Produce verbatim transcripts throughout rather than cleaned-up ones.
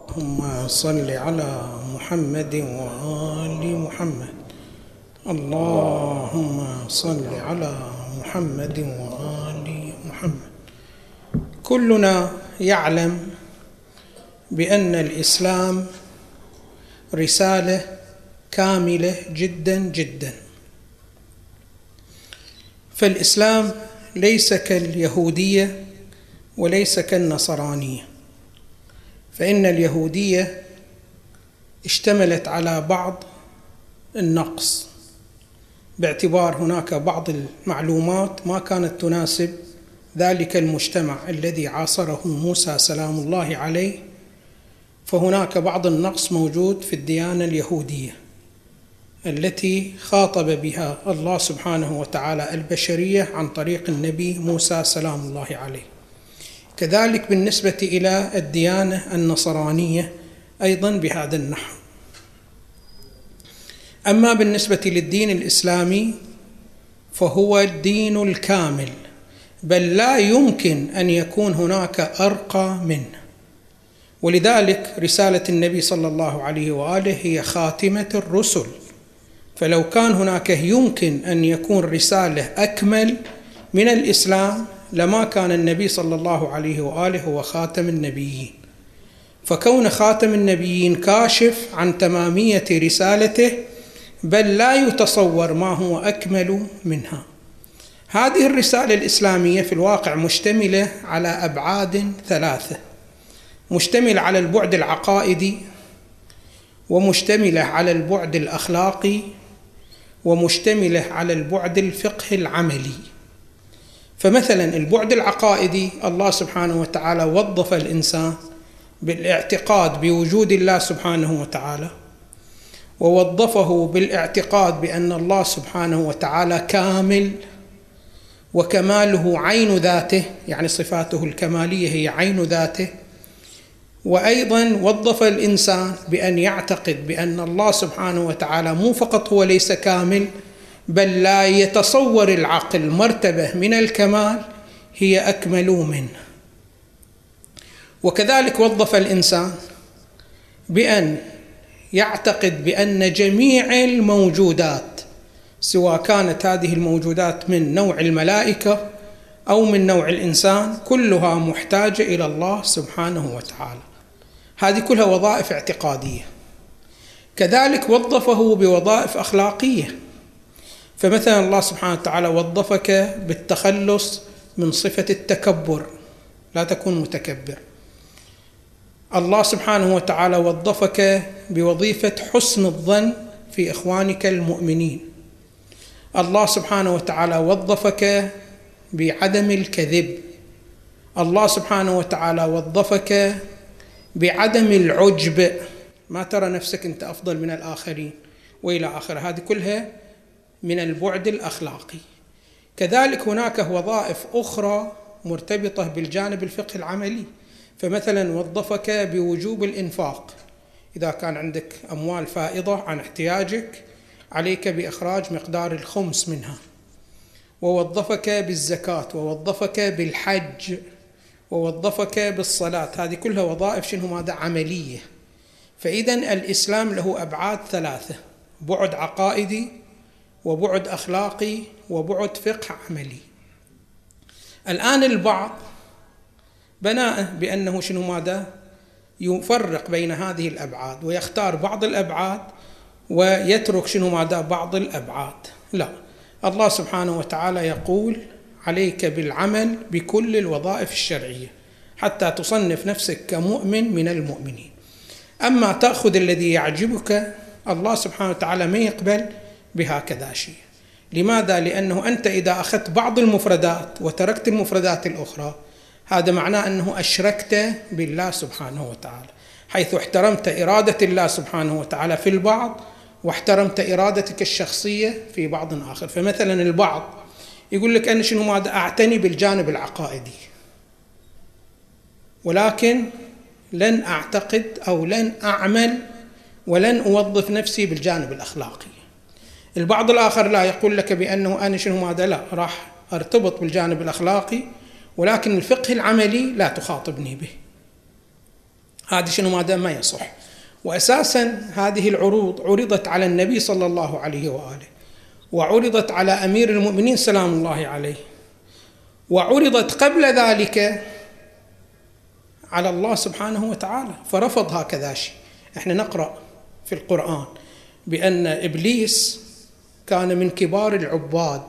اللهم صل على محمد وآل محمد. اللهم صل على محمد وآل محمد. كلنا يعلم بأن الإسلام رسالة كاملة جدا جدا، فالإسلام ليس كاليهودية وليس كالنصرانية، فإن اليهودية اشتملت على بعض النقص باعتبار هناك بعض المعلومات ما كانت تناسب ذلك المجتمع الذي عاصره موسى سلام الله عليه، فهناك بعض النقص موجود في الديانة اليهودية التي خاطب بها الله سبحانه وتعالى البشرية عن طريق النبي موسى سلام الله عليه. كذلك بالنسبة إلى الديانة النصرانية أيضا بهذا النحو. أما بالنسبة للدين الإسلامي فهو الدين الكامل، بل لا يمكن أن يكون هناك أرقى منه، ولذلك رسالة النبي صلى الله عليه وآله هي خاتمة الرسل، فلو كان هناك يمكن أن يكون رسالة أكمل من الإسلام لما كان النبي صلى الله عليه وآله هو خاتم النبيين، فكون خاتم النبيين كاشف عن تمامية رسالته، بل لا يتصور ما هو أكمل منها. هذه الرسالة الإسلامية في الواقع مشتملة على أبعاد ثلاثة، مشتملة على البعد العقائدي، ومشتملة على البعد الأخلاقي، ومشتملة على البعد الفقهي العملي. فمثلا البعد العقائدي الله سبحانه وتعالى وظف الإنسان بالاعتقاد بوجود الله سبحانه وتعالى، ووظفه بالاعتقاد بأن الله سبحانه وتعالى كامل، وكماله عين ذاته، يعني صفاته الكمالية هي عين ذاته. وأيضا وظف الإنسان بأن يعتقد بأن الله سبحانه وتعالى مو فقط هو ليس كامل، بل لا يتصور العقل مرتبة من الكمال هي أكمل منه. وكذلك وظف الإنسان بأن يعتقد بأن جميع الموجودات، سواء كانت هذه الموجودات من نوع الملائكة أو من نوع الإنسان، كلها محتاجة إلى الله سبحانه وتعالى. هذه كلها وظائف اعتقادية. كذلك وظفه بوظائف أخلاقية، فمثلا الله سبحانه وتعالى وظفك بالتخلص من صفة التكبر، لا تكون متكبر. الله سبحانه وتعالى وظفك بوظيفة حسن الظن في إخوانك المؤمنين. الله سبحانه وتعالى وظفك بعدم الكذب. الله سبحانه وتعالى وظفك بعدم العجب، ما ترى نفسك أنت أفضل من الآخرين وإلى آخره. هذه كلها من البعد الأخلاقي. كذلك هناك وظائف أخرى مرتبطة بالجانب الفقهي العملي، فمثلا وظفك بوجوب الإنفاق، إذا كان عندك أموال فائضة عن احتياجك عليك بإخراج مقدار الخمس منها. ووظفك بالزكاة، ووظفك بالحج، ووظفك بالصلاة. هذه كلها وظائف شنو ماذا عملية. فإذا الإسلام له أبعاد ثلاثة: بعد عقائدي، وبعد أخلاقي، وبعد فقه عملي. الآن البعض بناء بأنه شنو ماذا يفرق بين هذه الأبعاد ويختار بعض الأبعاد ويترك شنو ماذا بعض الأبعاد. لا، الله سبحانه وتعالى يقول عليك بالعمل بكل الوظائف الشرعية حتى تصنف نفسك كمؤمن من المؤمنين. أما تأخذ الذي يعجبك، الله سبحانه وتعالى ما يقبل بهكذا شيء. لماذا؟ لأنه أنت إذا أخذت بعض المفردات وتركت المفردات الأخرى، هذا معناه أنه أشركت بالله سبحانه وتعالى، حيث احترمت إرادة الله سبحانه وتعالى في البعض، واحترمت إرادتك الشخصية في بعض آخر. فمثلا البعض يقول لك أنا شنو ماذا أعتني بالجانب العقائدي، ولكن لن أعتقد أو لن أعمل ولن أوظف نفسي بالجانب الأخلاقي. البعض الآخر لا، يقول لك بأنه أنا شنو ماذا لا، راح أرتبط بالجانب الأخلاقي ولكن الفقه العملي لا تخاطبني به. هذه شنو ماذا ما يصح. وأساسا هذه العروض عرضت على النبي صلى الله عليه وآله، وعرضت على أمير المؤمنين سلام الله عليه، وعرضت قبل ذلك على الله سبحانه وتعالى فرفض هكذا شيء. احنا نقرأ في القرآن بأن إبليس كان من كبار العباد،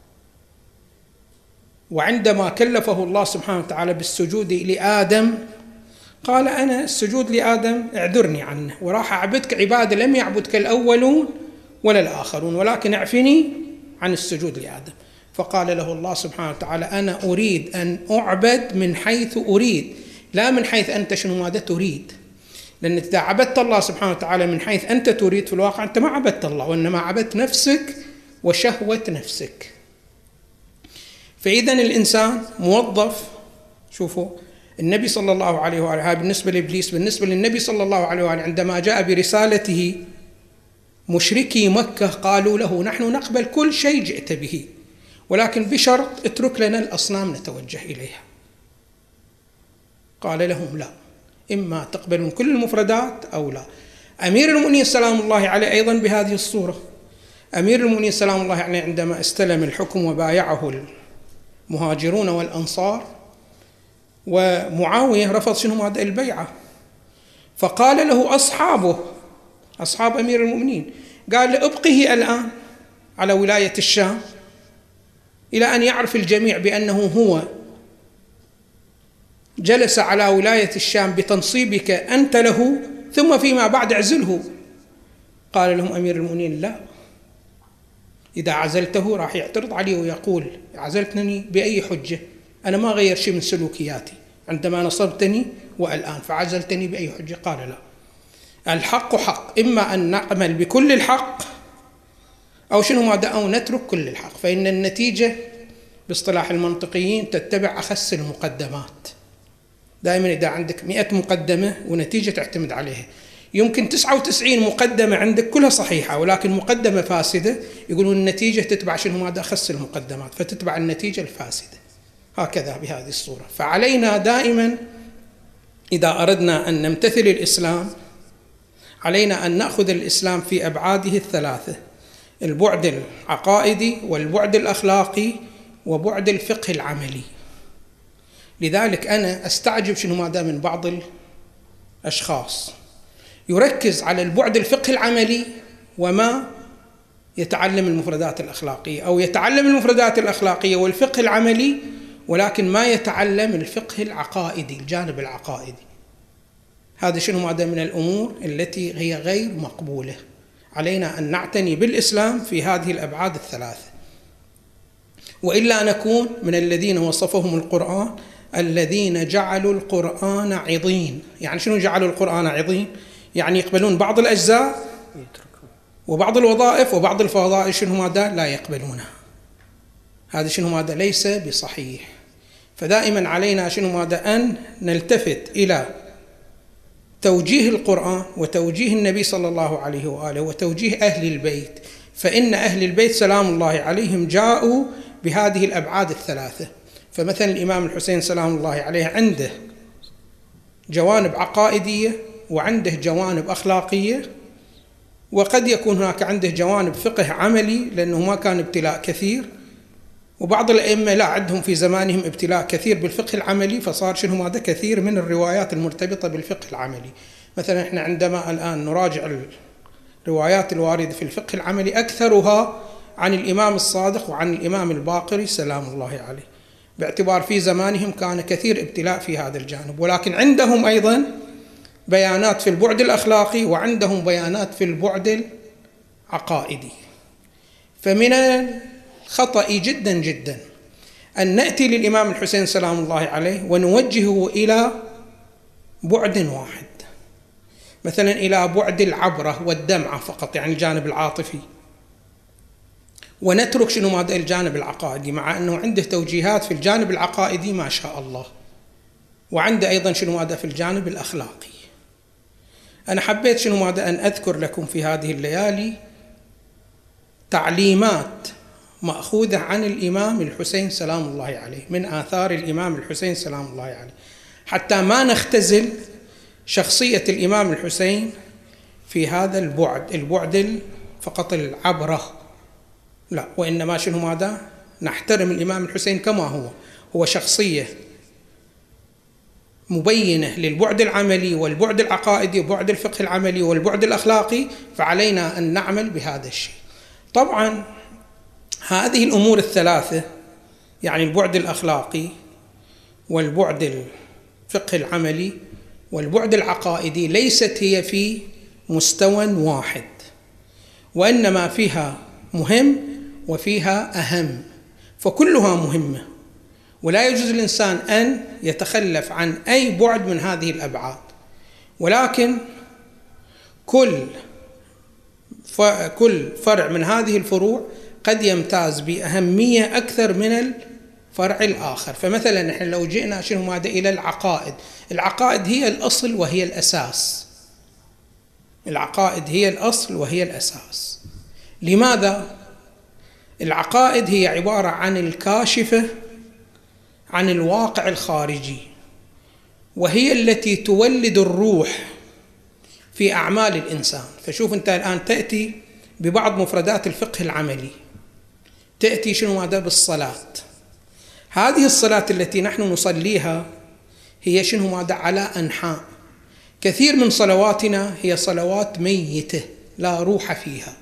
وعندما كلفه الله سبحانه وتعالى بالسجود لآدم قال أنا السجود لآدم اعذرني عنه، وراح أعبدك عبادة لم يعبدك الأولون ولا الآخرون، ولكن اعفني عن السجود لآدم. فقال له الله سبحانه وتعالى أنا أريد أن أعبد من حيث أريد، لا من حيث أنت شنو ماذا تريد. لأن إذا عبدت الله سبحانه وتعالى من حيث أنت تريد، في الواقع أنت ما عبدت الله، وإنما عبدت نفسك وشهوة نفسك. فإذا الإنسان موظف. شوفوا النبي صلى الله عليه وآله، هذا بالنسبة لإبليس. بالنسبة للنبي صلى الله عليه وآله عندما جاء برسالته مشركي مكة قالوا له نحن نقبل كل شيء جئت به، ولكن بشرط اترك لنا الأصنام نتوجه إليها. قال لهم لا، إما تقبلون كل المفردات أو لا. أمير المؤمنين سلام الله عليه أيضا بهذه الصورة. أمير المؤمنين سلام الله عليه عندما استلم الحكم وبايعه المهاجرون والأنصار، ومعاوية رفض شنو هذا البيعة، فقال له أصحابه أصحاب أمير المؤمنين قال ابقه الآن على ولاية الشام إلى أن يعرف الجميع بأنه هو جلس على ولاية الشام بتنصيبك أنت له، ثم فيما بعد اعزله. قال لهم أمير المؤمنين لا، إذا عزلته راح يعترض علي ويقول عزلتني بأي حجة؟ أنا ما غير شيء من سلوكياتي عندما نصبتني والآن، فعزلتني بأي حجة؟ قال لا، الحق حق، إما أن نعمل بكل الحق أو شنو ماذا أو نترك كل الحق. فإن النتيجة باصطلاح المنطقيين تتبع أخس المقدمات. دائما إذا عندك مئة مقدمة ونتيجة تعتمد عليها، يمكن تسعة وتسعين مقدمة عندك كلها صحيحة، ولكن مقدمة فاسدة يقولون النتيجة تتبع شنو ماذا أخس المقدمات، فتتبع النتيجة الفاسدة. هكذا بهذه الصورة. فعلينا دائما إذا أردنا أن نمتثل الإسلام علينا أن نأخذ الإسلام في أبعاده الثلاثة: البعد العقائدي والبعد الأخلاقي وبعد الفقه العملي. لذلك أنا أستعجب شنو ماذا من بعض الأشخاص يركز على البعد الفقه العملي وما يتعلم المفردات الأخلاقية، أو يتعلم المفردات الأخلاقية والفقه العملي ولكن ما يتعلم الفقه العقائدي، الجانب العقائدي. هذا شنو ماذا من الأمور التي هي غير مقبولة. علينا أن نعتني بالإسلام في هذه الأبعاد الثلاثة، وإلا نكون من الذين وصفهم القرآن الذين جعلوا القرآن عضين. يعني شنو جعلوا القرآن عضين؟ يعني يقبلون بعض الأجزاء وبعض الوظائف وبعض الفضائل شنو ماذا لا يقبلونها. هذا شنو ماذا ليس بصحيح. فدائما علينا شنو ماذا أن نلتفت إلى توجيه القرآن وتوجيه النبي صلى الله عليه وآله وتوجيه أهل البيت، فإن أهل البيت سلام الله عليهم جاءوا بهذه الأبعاد الثلاثة. فمثلا الإمام الحسين سلام الله عليه عنده جوانب عقائدية وعنده جوانب أخلاقية، وقد يكون هناك عنده جوانب فقه عملي لأنه ما كان ابتلاء كثير، وبعض الأئمة لا عندهم في زمانهم ابتلاء كثير بالفقه العملي، فصار شنو هذا كثير من الروايات المرتبطة بالفقه العملي. مثلا احنا عندما الآن نراجع الروايات الواردة في الفقه العملي أكثرها عن الإمام الصادق وعن الإمام الباقري سلام الله عليه، باعتبار في زمانهم كان كثير ابتلاء في هذا الجانب. ولكن عندهم أيضا بيانات في البعد الأخلاقي وعندهم بيانات في البعد العقائدي. فمن الخطأ جدا جدا أن نأتي للإمام الحسين سلام الله عليه ونوجهه إلى بعد واحد، مثلا إلى بعد العبرة والدمعة فقط، يعني الجانب العاطفي، ونترك شنو ماذا الجانب العقائدي، مع أنه عنده توجيهات في الجانب العقائدي ما شاء الله، وعنده أيضا شنو ماذا في الجانب الأخلاقي. أنا حبيت شنو ماذا أن أذكر لكم في هذه الليالي تعليمات مأخوذة عن الإمام الحسين سلام الله عليه، من آثار الإمام الحسين سلام الله عليه، حتى ما نختزل شخصية الإمام الحسين في هذا البعد، البعد فقط العبرة، لا، وإنما شنو ماذا؟ نحترم الإمام الحسين كما هو، هو شخصية مبينة للبعد العملي والبعد العقائدي وبعد الفقه العملي والبعد الأخلاقي، فعلينا أن نعمل بهذا الشيء. طبعا هذه الأمور الثلاثة، يعني البعد الأخلاقي والبعد الفقه العملي والبعد العقائدي، ليست هي في مستوى واحد، وإنما فيها مهم وفيها أهم، فكلها مهمة، ولا يجوز للإنسان أن يتخلف عن أي بعد من هذه الأبعاد، ولكن كل كل فرع من هذه الفروع قد يمتاز بأهمية أكثر من الفرع الآخر. فمثلا نحن لو جئنا شنو ماذا إلى العقائد، العقائد هي الأصل وهي الأساس، العقائد هي الأصل وهي الأساس. لماذا؟ العقائد هي عبارة عن الكاشفة عن الواقع الخارجي، وهي التي تولد الروح في أعمال الإنسان. فشوف أنت الآن تأتي ببعض مفردات الفقه العملي، تأتي شنو ماذا بالصلاة. هذه الصلاة التي نحن نصليها هي شنو ماذا على أنحاء، كثير من صلواتنا هي صلوات ميتة لا روح فيها،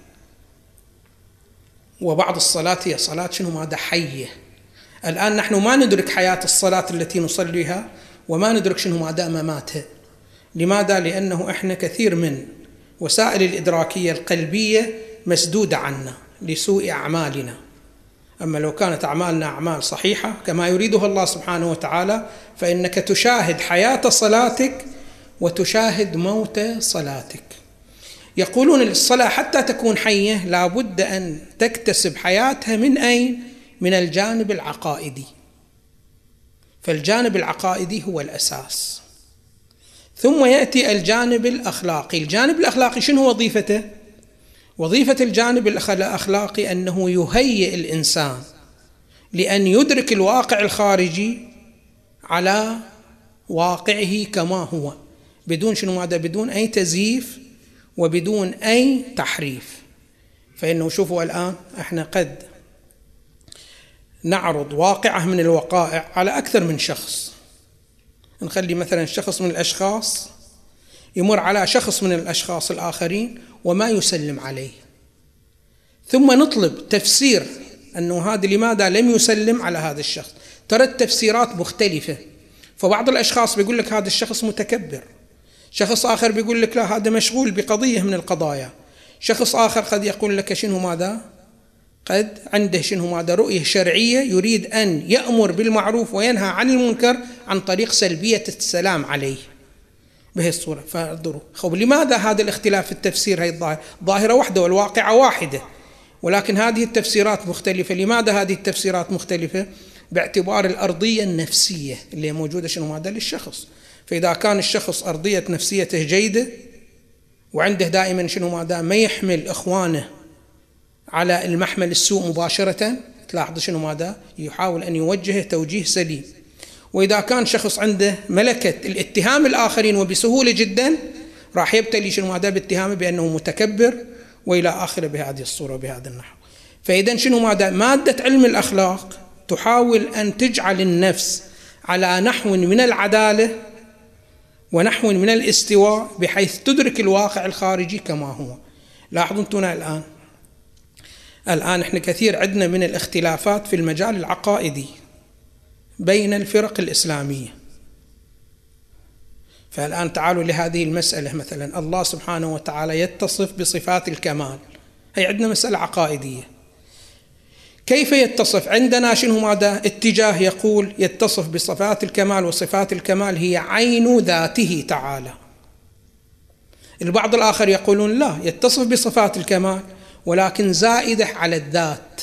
وبعض الصلاة هي صلاة شنو ماذا حية. الآن نحن ما ندرك حياة الصلاة التي نصليها وما ندرك شنو ماذا مماتها. لماذا؟ لأنه إحنا كثير من وسائل الإدراكية القلبية مسدودة عنا لسوء أعمالنا. أما لو كانت أعمالنا أعمال صحيحة كما يريدها الله سبحانه وتعالى، فإنك تشاهد حياة صلاتك وتشاهد موت صلاتك. يقولون الصلاة حتى تكون حية لابد أن تكتسب حياتها من أين؟ من الجانب العقائدي. فالجانب العقائدي هو الأساس، ثم يأتي الجانب الأخلاقي. الجانب الأخلاقي شنو وظيفته؟ وظيفة الجانب الأخلاقي أنه يهيئ الإنسان لأن يدرك الواقع الخارجي على واقعه كما هو، بدون شنو ماذا؟ بدون أي تزييف وبدون أي تحريف. فإنه شوفوا الآن إحنا قد نعرض واقعة من الوقائع على أكثر من شخص، نخلي مثلا شخص من الأشخاص يمر على شخص من الأشخاص الآخرين وما يسلم عليه، ثم نطلب تفسير أنه هذا لماذا لم يسلم على هذا الشخص. ترى التفسيرات مختلفة، فبعض الأشخاص بيقول لك هذا الشخص متكبر، شخص آخر بيقول لك لا هذا مشغول بقضية من القضايا، شخص آخر قد يقول لك شنو ماذا؟ قد عنده شنو ماذا؟ رؤية شرعية، يريد أن يأمر بالمعروف وينهى عن المنكر عن طريق سلبية السلام عليه بهذه الصورة. فانظروا خب لماذا هذا الاختلاف في التفسير؟ هي الظاهرة ظاهرة واحدة والواقعة واحدة، ولكن هذه التفسيرات مختلفة. لماذا هذه التفسيرات مختلفة؟ باعتبار الأرضية النفسية اللي موجودة شنو ماذا للشخص. فإذا كان الشخص أرضية نفسيته جيدة وعنده دائما شنو ماذا ما يحمل إخوانه على المحمل السوء مباشرة، تلاحظ شنو ماذا يحاول أن يوجهه توجيه سليم. وإذا كان شخص عنده ملكة الاتهام الآخرين وبسهولة جدا، راح يبتلي شنو ماذا باتهامه بأنه متكبر وإلى آخره بهذه الصورة وبهذا النحو. فإذا شنو ماذا مادة علم الأخلاق تحاول أن تجعل النفس على نحو من العدالة ونحو من الاستواء بحيث تدرك الواقع الخارجي كما هو. لاحظوا انتم الآن الآن احنا كثير عندنا من الاختلافات في المجال العقائدي بين الفرق الإسلامية. فالآن تعالوا لهذه المسألة، مثلا الله سبحانه وتعالى يتصف بصفات الكمال، هي عندنا مسألة عقائدية. كيف يتصف؟ عندنا شنو ماذا؟ اتجاه يقول يتصف بصفات الكمال، وصفات الكمال هي عين ذاته تعالى. البعض الآخر يقولون لا، يتصف بصفات الكمال ولكن زائدة على الذات.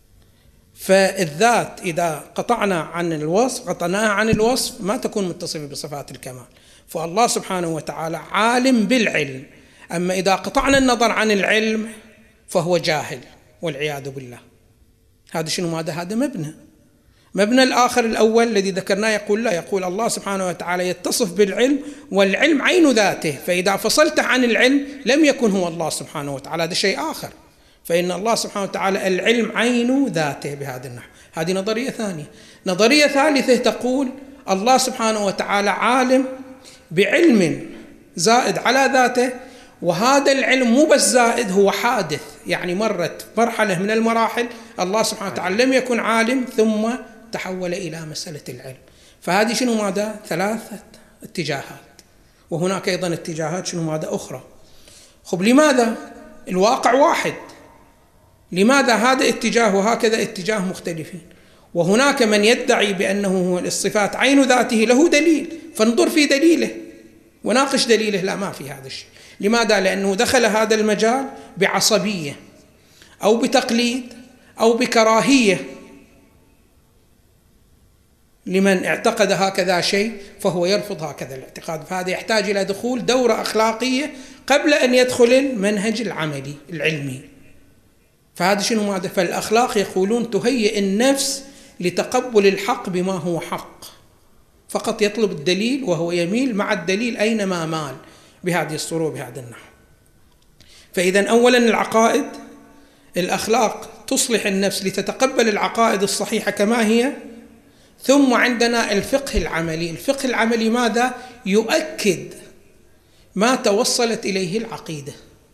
فالذات إذا قطعنا عن الوصف قطعناها عن الوصف ما تكون متصفة بصفات الكمال. فالله سبحانه وتعالى عالم بالعلم، أما إذا قطعنا النظر عن العلم فهو جاهل والعياذ بالله. هذا شنو ماذا؟ هذا مبنى مبنى الآخر الأول الذي ذكرناه يقول لا، يقول الله سبحانه وتعالى يتصف بالعلم والعلم عين ذاته، فإذا فصلته عن العلم لم يكن هو الله سبحانه وتعالى، هذا شيء آخر. فإن الله سبحانه وتعالى العلم عين ذاته بهذا النحو. هذه نظرية ثانية. نظرية ثالثة تقول الله سبحانه وتعالى عالم بعلم زائد على ذاته، وهذا العلم مو بس زائد، هو حادث، يعني مرت مرحلة من المراحل الله سبحانه وتعالى لم يكن عالم ثم تحول إلى مسألة العلم. فهذه شنو ماذا؟ ثلاثة اتجاهات، وهناك أيضا اتجاهات شنو ماذا أخرى. خب لماذا؟ الواقع واحد، لماذا هذا اتجاه وهكذا اتجاه مختلفين؟ وهناك من يدعي بأنه هو الصفات عين ذاته له دليل، فانظر في دليله وناقش دليله. لا، ما في هذا الشيء. لماذا؟ لأنه دخل هذا المجال بعصبية أو بتقليد أو بكراهية لمن اعتقد هكذا شيء، فهو يرفض هكذا الاعتقاد. فهذا يحتاج إلى دخول دورة أخلاقية قبل أن يدخل المنهج العملي العلمي. فهذا شنو ماذا؟ فالأخلاق يقولون تهيئ النفس لتقبل الحق بما هو حق، فقط يطلب الدليل وهو يميل مع الدليل أينما مال بهذه الصورة بهذا النحو. فإذا أولا العقائد، الأخلاق تصلح النفس لتتقبل العقائد الصحيحة كما هي. ثم عندنا الفقه العملي. الفقه العملي ماذا؟ يؤكد ما توصلت إليه العقيدة.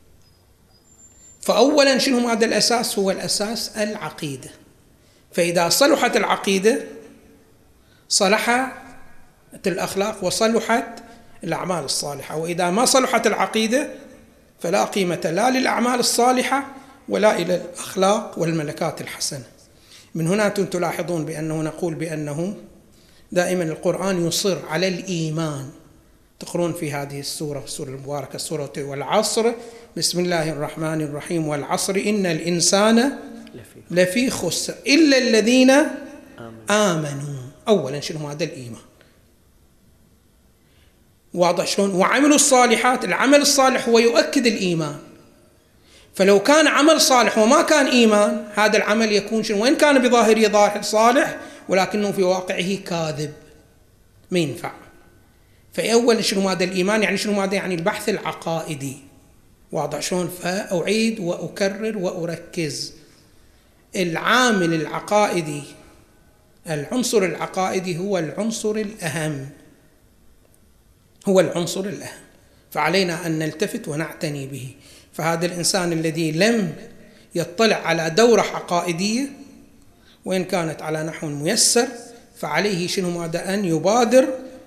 فأولا شنو هذا الأساس؟ هو الأساس العقيدة. فإذا صلحت العقيدة صلحت الأخلاق وصلحت الأعمال الصالحة، وإذا ما صلحت العقيدة فلا قيمة لا للأعمال الصالحة ولا إلى الأخلاق والملكات الحسنة. من هنا تلاحظون بأنه نقول بأنه دائما القرآن يصر على الإيمان. تقرون في هذه السورة، السورة المباركة، سورة والعصر، بسم الله الرحمن الرحيم، والعصر إن الإنسان لفي خسر إلا الذين آمنوا. أولا شنو هذا؟ الإيمان. واضح شلون؟ وعملوا الصالحات. العمل الصالح هو يؤكد الإيمان. فلو كان عمل صالح وما كان إيمان، هذا العمل يكون شنو؟ وإن كان بظاهره ظاهر صالح ولكنه في واقعه كاذب، ما ينفع. فأول شنو هذا الإيمان؟ يعني شنو هذا؟ يعني البحث العقائدي. واضح شلون؟ فأعيد وأكرر وأركز، العامل العقائدي، العنصر العقائدي هو العنصر الأهم، هو العنصر الأهم، فعلينا أن نلتفت ونعتني به. فهذا الإنسان الذي لم يطلع على دورة عقائدية وإن كانت على نحو ميسر، فعليه شنو ماذا؟ أن يبادر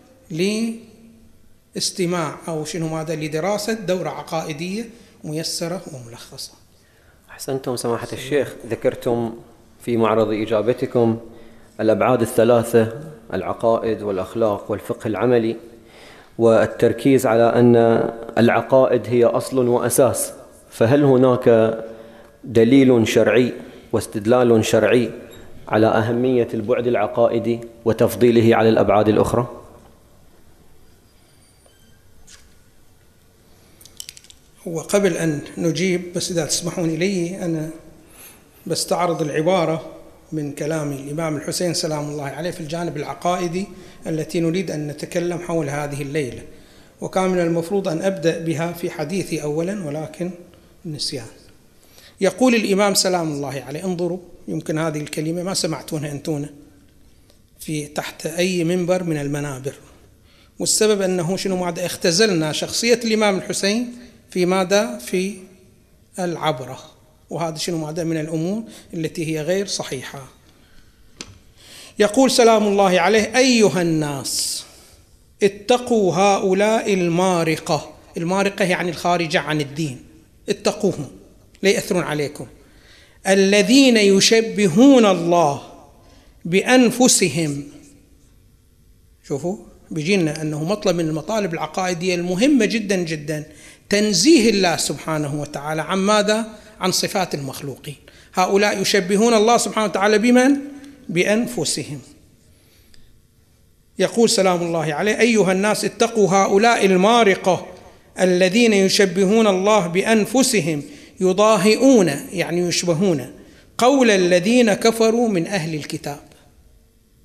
لاستماع أو شنو ماذا؟ لدراسة دورة عقائدية ميسرة وملخصة. أحسنتم سماحة الشيخ. ذكرتم في معرض إجابتكم الأبعاد الثلاثة، العقائد والأخلاق والفقه العملي، والتركيز على أن العقائد هي أصل وأساس. فهل هناك دليل شرعي واستدلال شرعي على أهمية البعد العقائدي وتفضيله على الأبعاد الأخرى؟ هو قبل أن نجيب، بس إذا تسمحون لي أنا بستعرض العبارة من كلام الإمام الحسين سلام الله عليه في الجانب العقائدي التي نريد أن نتكلم حول هذه الليلة، وكان من المفروض أن أبدأ بها في حديثي أولا ولكن النسيان. يقول الإمام سلام الله عليه، انظروا، يمكن هذه الكلمة ما سمعتونها أنتون في تحت أي منبر من المنابر، والسبب أنه شنو ماذا؟ اختزلنا شخصية الإمام الحسين في ماذا؟ في العبرة، وهذا شنو ماذا؟ من الأمور التي هي غير صحيحة. يقول سلام الله عليه: أيها الناس اتقوا هؤلاء المارقة. المارقة يعني الخارجة عن الدين، اتقوهم لا يأثرون عليكم، الذين يشبهون الله بأنفسهم. شوفوا، بيجينا أنه مطلب من المطالب العقائدية المهمة جدا جدا تنزيه الله سبحانه وتعالى عن ماذا؟ عن صفات المخلوقين. هؤلاء يشبهون الله سبحانه وتعالى بمن؟ بأنفسهم. يقول سلام الله عليه: أيها الناس اتقوا هؤلاء المارقة الذين يشبهون الله بأنفسهم يضاهئون يعني يشبهون قول الذين كفروا من أهل الكتاب.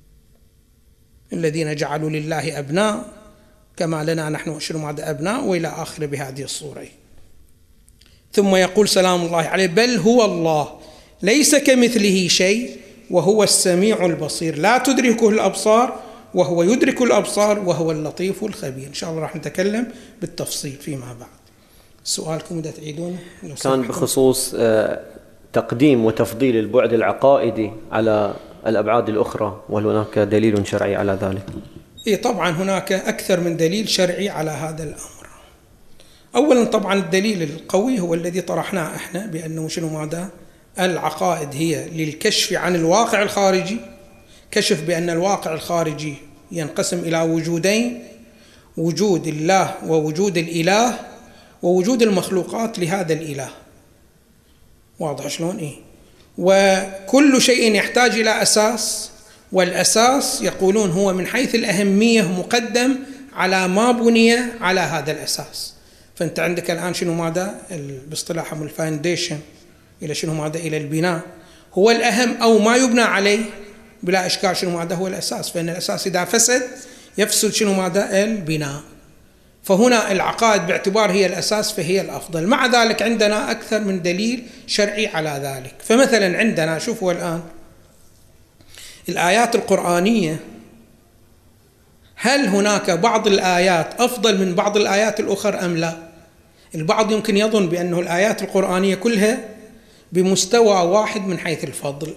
الذين جعلوا لله أبناء كما لنا نحن شنو ماذا أبناء، وإلى آخره بهذه الصورة. ثم يقول سلام الله عليه: بل هو الله ليس كمثله شيء وهو السميع البصير لا تدركه الأبصار وهو يدرك الأبصار وهو اللطيف الخبير. إن شاء الله راح نتكلم بالتفصيل فيما بعد. سؤالكم إذا تعيدونه. كان بخصوص تقديم وتفضيل البعد العقائدي على الأبعاد الأخرى، وهل هناك دليل شرعي على ذلك؟ إيه طبعا هناك أكثر من دليل شرعي على هذا الأمر. أولا طبعا الدليل القوي هو الذي طرحناه إحنا، بأنه شنو ماذا؟ العقائد هي للكشف عن الواقع الخارجي، كشف بأن الواقع الخارجي ينقسم إلى وجودين: وجود الله ووجود الإله ووجود المخلوقات لهذا الإله. واضح شلون؟ إيه. وكل شيء يحتاج إلى أساس، والأساس يقولون هو من حيث الأهمية مقدم على ما بني على هذا الأساس. فأنت عندك الآن شنو ماذا؟ باصطلاحهم الفاونديشن، إلى شنو ماذا؟ إلى البناء. هو الأهم أو ما يبنى عليه بلا إشكال شنو ماذا؟ هو الأساس، فإن الأساس إذا فسد يفسد شنو ماذا؟ البناء. فهنا العقائد باعتبار هي الأساس فهي الأفضل. مع ذلك عندنا أكثر من دليل شرعي على ذلك. فمثلا عندنا شوفوا الآن الآيات القرآنية، هل هناك بعض الآيات أفضل من بعض الآيات الأخرى أم لا؟ البعض يمكن يظن بأنه الآيات القرآنية كلها بمستوى واحد من حيث الفضل.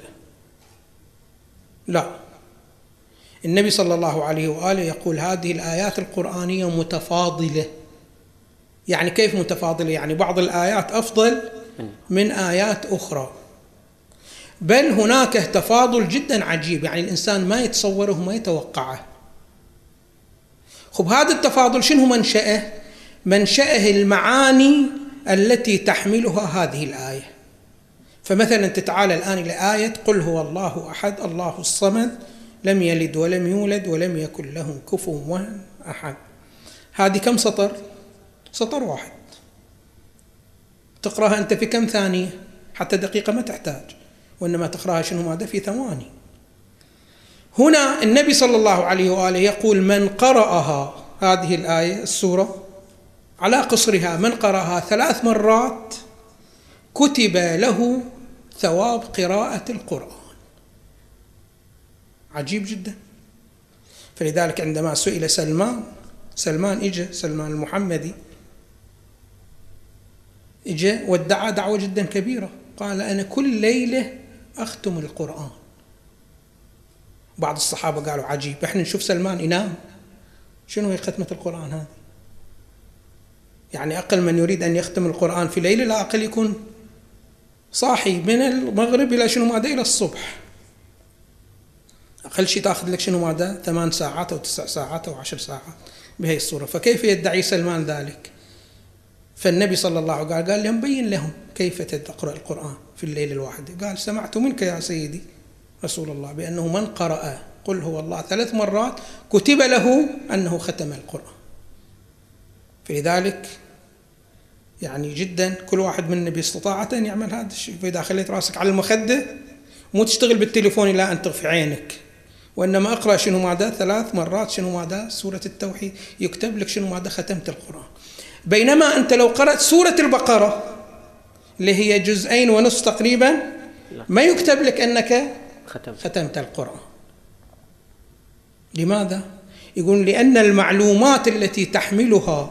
لا، النبي صلى الله عليه وآله يقول هذه الآيات القرآنية متفاضلة. يعني كيف متفاضلة؟ يعني بعض الآيات أفضل من آيات أخرى، بل هناك تفاضل جدا عجيب، يعني الإنسان ما يتصوره وما يتوقعه. خب هذا التفاضل شنو منشأه؟ منشأه المعاني التي تحملها هذه الآية. فمثلا تتعالى الآن إلى آية قل هو الله أحد الله الصمد لم يلد ولم يولد ولم يكن له كفوا أحد. هذه كم سطر؟ سطر واحد. تقرأها أنت في كم ثانية؟ حتى دقيقة ما تحتاج، وإنما تقرأها شنو ماذا؟ في ثواني. هنا النبي صلى الله عليه وآله يقول من قرأها، هذه الآية السورة على قصرها، من قرأها ثلاث مرات كتب له ثواب قراءة القرآن. عجيب جدا. فلذلك عندما سئل سلمان سلمان إجا سلمان المحمدي إجا وادعى دعوة جدا كبيرة، قال أنا كل ليلة أختم القرآن. بعض الصحابة قالوا عجيب، إحنا نشوف سلمان ينام، شنو هي ختمة القرآن هذه؟ يعني أقل من يريد أن يختم القرآن في ليلة لا أقل يكون صاحي من المغرب إلى شنو ماذا؟ إلى الصبح. أقل شيء تأخذ لك شنو ماذا؟ ثمان ساعات أو تسع ساعات أو عشر ساعات بهي الصورة. فكيف يدعي سلمان ذلك؟ فالنبي صلى الله عليه وسلم قال لهم بين لهم كيف تقرأ القرآن في الليل الواحد. قال سمعت منك يا سيدي رسول الله بأنه من قرأ قل هو الله ثلاث مرات كتب له أنه ختم القرآن. فلذلك يعني جدا كل واحد منا باستطاعة أن يعمل هذا الشيء. فإذا خليت راسك على المخدة مو تشتغل بالتليفون إلى أن تغفي عينك، وإنما أقرأ شنو ماذا؟ ثلاث مرات شنو ماذا؟ سورة التوحيد، يكتب لك شنو ماذا؟ ختمت القرآن. بينما أنت لو قرأت سورة البقرة اللي هي جزئين ونصف تقريبا ما يكتب لك أنك ختمت القرآن. لماذا؟ يقول لأن المعلومات التي تحملها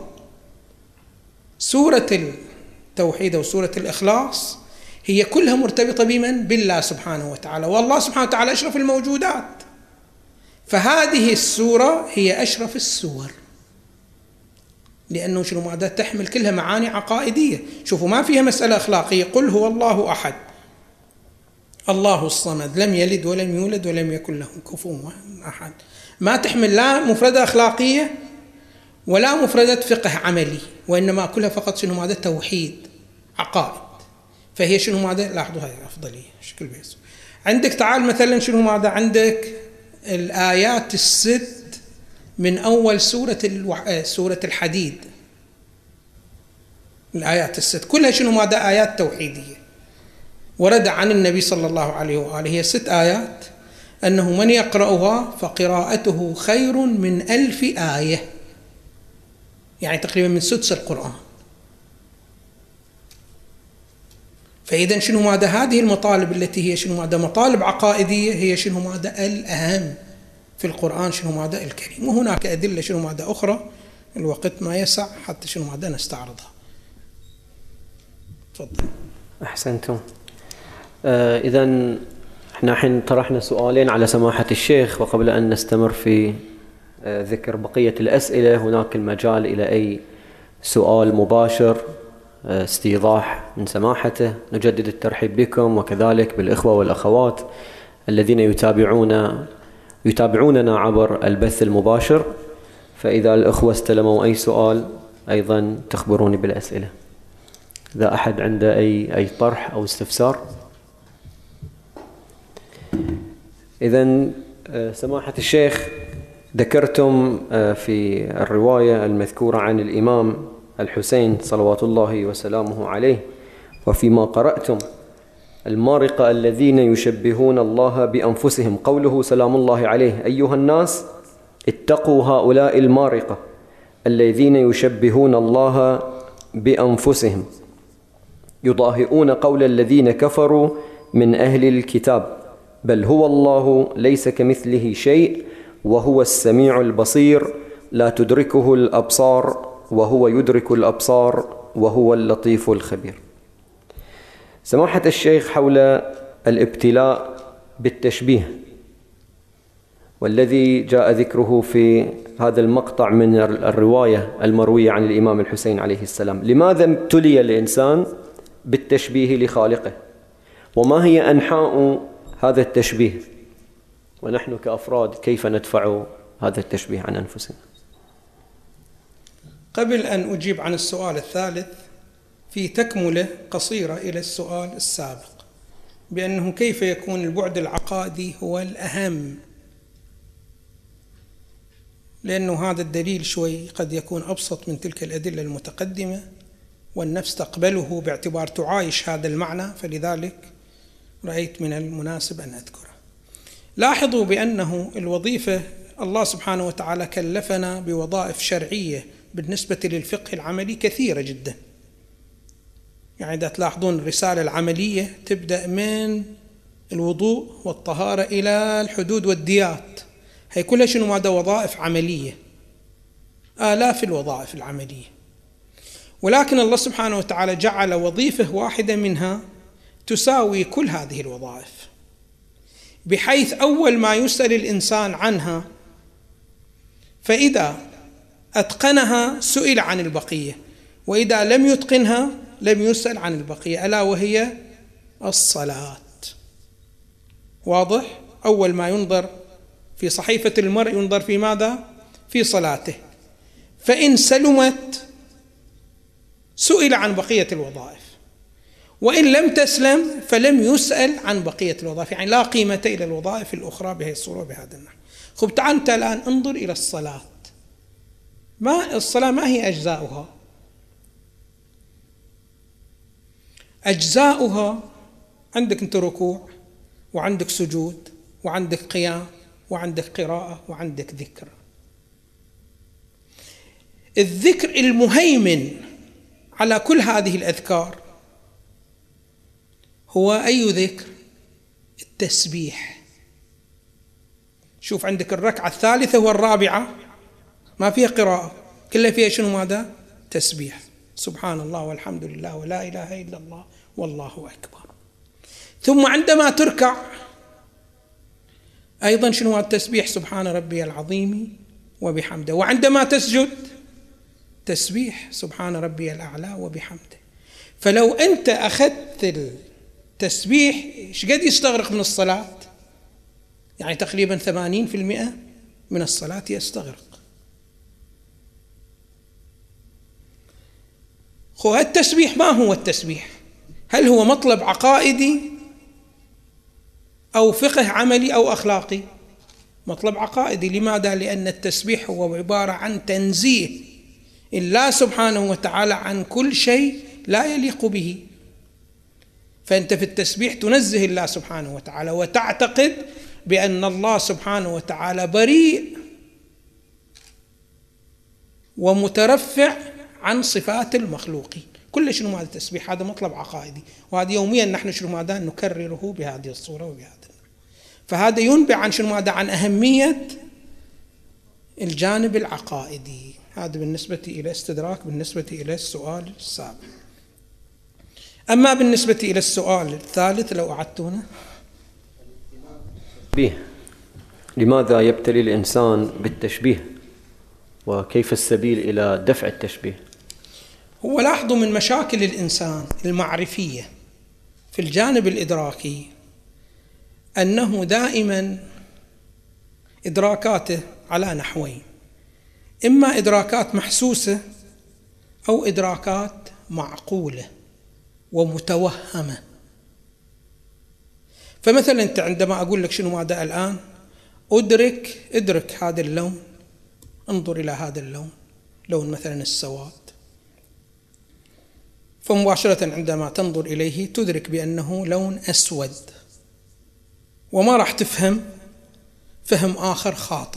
سورة التوحيد وسورة الإخلاص هي كلها مرتبطة بمن؟ بالله سبحانه وتعالى، والله سبحانه وتعالى أشرف الموجودات. فهذه السورة هي أشرف السور، لأنه شنو ماذا؟ تحمل كلها معاني عقائدية. شوفوا ما فيها مسألة أخلاقية. قل هو الله أحد الله الصمد لم يلد ولم يولد ولم يكن له كفوا أحد. ما تحمل لا مفردة أخلاقية ولا مفردة فقه عملي، وإنما كلها فقط شنو ماذا؟ توحيد عقائد. فهي شنو ماذا؟ لاحظوا هاي أفضلية شكل بيسو. عندك تعال مثلا شنو ماذا؟ عندك الآيات الست من أول سورة الوح... سورة الحديد، الآيات الست كلها شنو ماذا؟ آيات توحيدية ورد عن النبي صلى الله عليه وآله. هي ست آيات أنه من يقرأها فقراءته خير من ألف آية، يعني تقريبا من سدس القرآن. فإذا شنو ماذا هذه المطالب التي هي شنو ماذا مطالب عقائدية، هي شنو ماذا الأهم في القرآن شنو ماذا الكريم. وهناك أدلة شنو ماذا أخرى الوقت ما يسع حتى شنو ماذا نستعرضها. تفضل. أحسنتم. آه إذن احنا حين طرحنا سؤالين على سماحة الشيخ، وقبل أن نستمر في آه ذكر بقية الأسئلة هناك المجال إلى أي سؤال مباشر آه استيضاح من سماحته. نجدد الترحيب بكم وكذلك بالإخوة والأخوات الذين يتابعون يتابعوننا عبر البث المباشر. فإذا الأخوة استلموا أي سؤال أيضا تخبروني بالأسئلة. إذا أحد عنده أي أي طرح أو استفسار. إذن سماحة الشيخ، ذكرتم في الرواية المذكورة عن الإمام الحسين صلوات الله وسلامه عليه، وفيما قرأتم المارقة الذين يشبهون الله بأنفسهم، قوله سلام الله عليه: أيها الناس اتقوا هؤلاء المارقة الذين يشبهون الله بأنفسهم يضاهئون قول الذين كفروا من أهل الكتاب، بل هو الله ليس كمثله شيء وهو السميع البصير لا تدركه الأبصار وهو يدرك الأبصار وهو اللطيف الخبير. سماحة الشيخ، حول الابتلاء بالتشبيه والذي جاء ذكره في هذا المقطع من الرواية المروية عن الإمام الحسين عليه السلام، لماذا ابتلي الإنسان بالتشبيه لخالقه؟ وما هي أنحاء هذا التشبيه؟ ونحن كأفراد كيف ندفع هذا التشبيه عن أنفسنا؟ قبل أن أجيب عن السؤال الثالث، في تكملة قصيرة إلى السؤال السابق بأنه كيف يكون البعد العقائدي هو الأهم، لأنه هذا الدليل شوي قد يكون أبسط من تلك الأدلة المتقدمة والنفس تقبله باعتبار تعايش هذا المعنى، فلذلك رأيت من المناسب أن أذكره. لاحظوا بأنه الوظيفة الله سبحانه وتعالى كلفنا بوظائف شرعية بالنسبة للفقه العملي كثيرة جدا. يعني إذا تلاحظون الرسالة العملية تبدأ من الوضوء والطهارة إلى الحدود والديات، هي كلها شنو ماذا وظائف عملية، آلاف الوظائف العملية، ولكن الله سبحانه وتعالى جعل وظيفة واحدة منها تساوي كل هذه الوظائف، بحيث أول ما يسأل الإنسان عنها فإذا أتقنها سئل عن البقية، وإذا لم يتقنها لم يسأل عن البقية، ألا وهي الصلاة. واضح؟ أول ما ينظر في صحيفة المرء ينظر في ماذا؟ في صلاته، فإن سلمت سئل عن بقية الوظائف، وإن لم تسلم فلم يسأل عن بقية الوظائف، يعني لا قيمة إلى الوظائف الأخرى بهذه الصورة بهذا النحو. خب تعال أنت الآن انظر إلى الصلاة، ما الصلاة ما هي أجزاؤها؟ أجزاؤها عندك أنت ركوع، وعندك سجود، وعندك قيام، وعندك قراءة، وعندك ذكر. الذكر المهيمن على كل هذه الأذكار هو أي ذكر؟ التسبيح. شوف عندك الركعة الثالثة والرابعة ما فيها قراءة، كلها فيها شنو ماذا؟ تسبيح، سبحان الله والحمد لله ولا إله إلا الله والله أكبر. ثم عندما تركع أيضا شنو التسبيح؟ سبحان ربي العظيم وبحمده. وعندما تسجد تسبيح سبحان ربي الأعلى وبحمده. فلو أنت أخذت التسبيح إيش قد يستغرق من الصلاة؟ يعني تقريبا ثمانين في المئة من الصلاة يستغرق. خو التسبيح ما هو التسبيح؟ هل هو مطلب عقائدي أو فقه عملي أو أخلاقي؟ مطلب عقائدي. لماذا؟ لأن التسبيح هو عبارة عن تنزيه الله سبحانه وتعالى عن كل شيء لا يليق به. فأنت في التسبيح تنزه الله سبحانه وتعالى وتعتقد بأن الله سبحانه وتعالى بريء ومترفع عن صفات المخلوقين. كل شنو هذا التسبيح، هذا مطلب عقائدي، وهذا يوميا نحن شنو هذا نكرره بهذه الصورة وبهذا. فهذا ينبع عن شنو هذا، عن أهمية الجانب العقائدي. هذا بالنسبة إلى استدراك بالنسبة إلى السؤال السابق. أما بالنسبة إلى السؤال الثالث لو أعدتونه. به لماذا يبتلي الإنسان بالتشبيه، وكيف السبيل إلى دفع التشبيه؟ هو لاحظوا من مشاكل الإنسان المعرفية في الجانب الإدراكي أنه دائما إدراكاته على نحوين: إما إدراكات محسوسة أو إدراكات معقولة ومتوهمة. فمثلا أنت عندما أقول لك شنو ماذا الآن، أدرك ادرك هذا اللون، انظر إلى هذا اللون، لون مثلا السواد، فمباشرة عندما تنظر إليه تدرك بأنه لون أسود، وما راح تفهم فهم آخر خاطئ.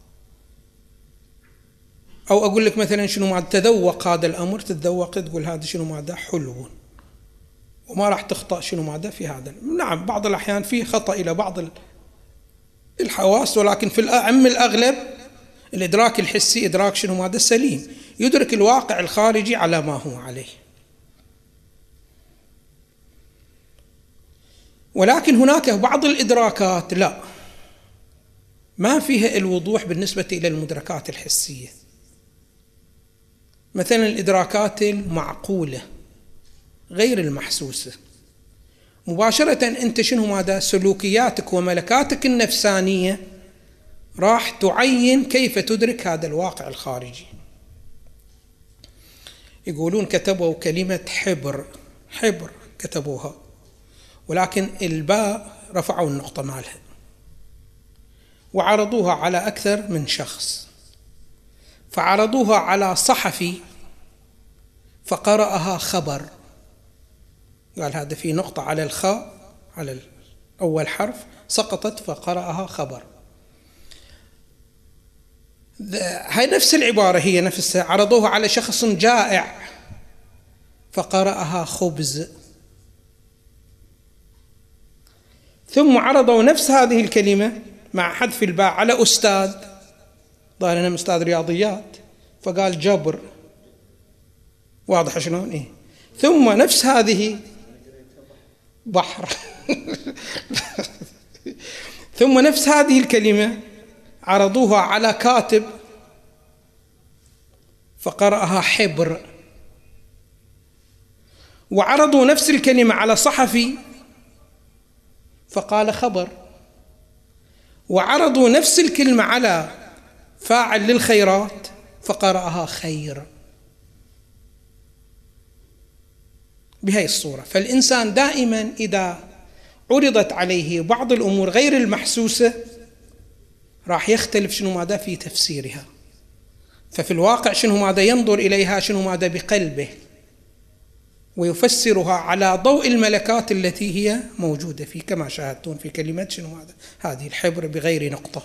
أو أقول لك مثلا شنو ما تذوق هذا الأمر، تتذوق تقول هذا شنو ماذا حلو، وما راح تخطأ شنو ماذا في هذا. نعم بعض الأحيان في خطأ إلى بعض الحواس، ولكن في الأعم الأغلب الإدراك الحسي إدراك شنو ماذا سليم، يدرك الواقع الخارجي على ما هو عليه. ولكن هناك بعض الإدراكات لا، ما فيها الوضوح بالنسبة إلى المدركات الحسية. مثلا الإدراكات المعقولة غير المحسوسة، مباشرة أنت شنو ماذا سلوكياتك وملكاتك النفسانية راح تعين كيف تدرك هذا الواقع الخارجي. يقولون كتبوا كلمة حبر، حبر كتبوها، ولكن الباء رفعوا النقطة مالها وعرضوها على أكثر من شخص، فعرضوها على صحفي فقرأها خبر، قال هذا في نقطة على الخاء على أول حرف سقطت فقرأها خبر. هاي نفس العبارة هي نفسها، عرضوها على شخص جائع فقرأها خبز. ثم عرضوا نفس هذه الكلمة مع حذف الباء على أستاذ، ظاهر أنه أستاذ رياضيات فقال جبر، واضح شلون إيه. ثم نفس هذه بحر ثم نفس هذه الكلمة عرضوها على كاتب فقرأها حبر، وعرضوا نفس الكلمة على صحفي فقال خبر، وعرضوا نفس الكلمة على فاعل للخيرات فقرأها خير. بهذه الصورة فالإنسان دائما إذا عرضت عليه بعض الأمور غير المحسوسة راح يختلف شنو ماذا في تفسيرها، ففي الواقع شنو ماذا ينظر إليها شنو ماذا بقلبه ويفسرها على ضوء الملكات التي هي موجودة فيه، كما شاهدتون في كلمة شنو ماذا هذه الحبر بغير نقطة.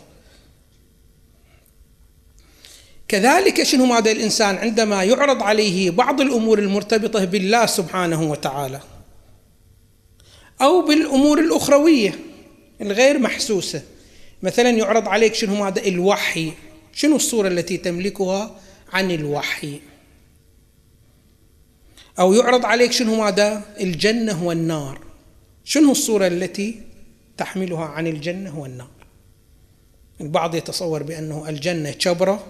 كذلك شنو ماذا الإنسان عندما يعرض عليه بعض الأمور المرتبطة بالله سبحانه وتعالى أو بالأمور الأخروية الغير محسوسة، مثلا يعرض عليك شنو ماذا الوحي، شنو الصورة التي تملكها عن الوحي، أو يعرض عليك شنو ماذا الجنة والنار، شنو الصورة التي تحملها عن الجنة والنار. البعض يتصور بأنه الجنة شبرة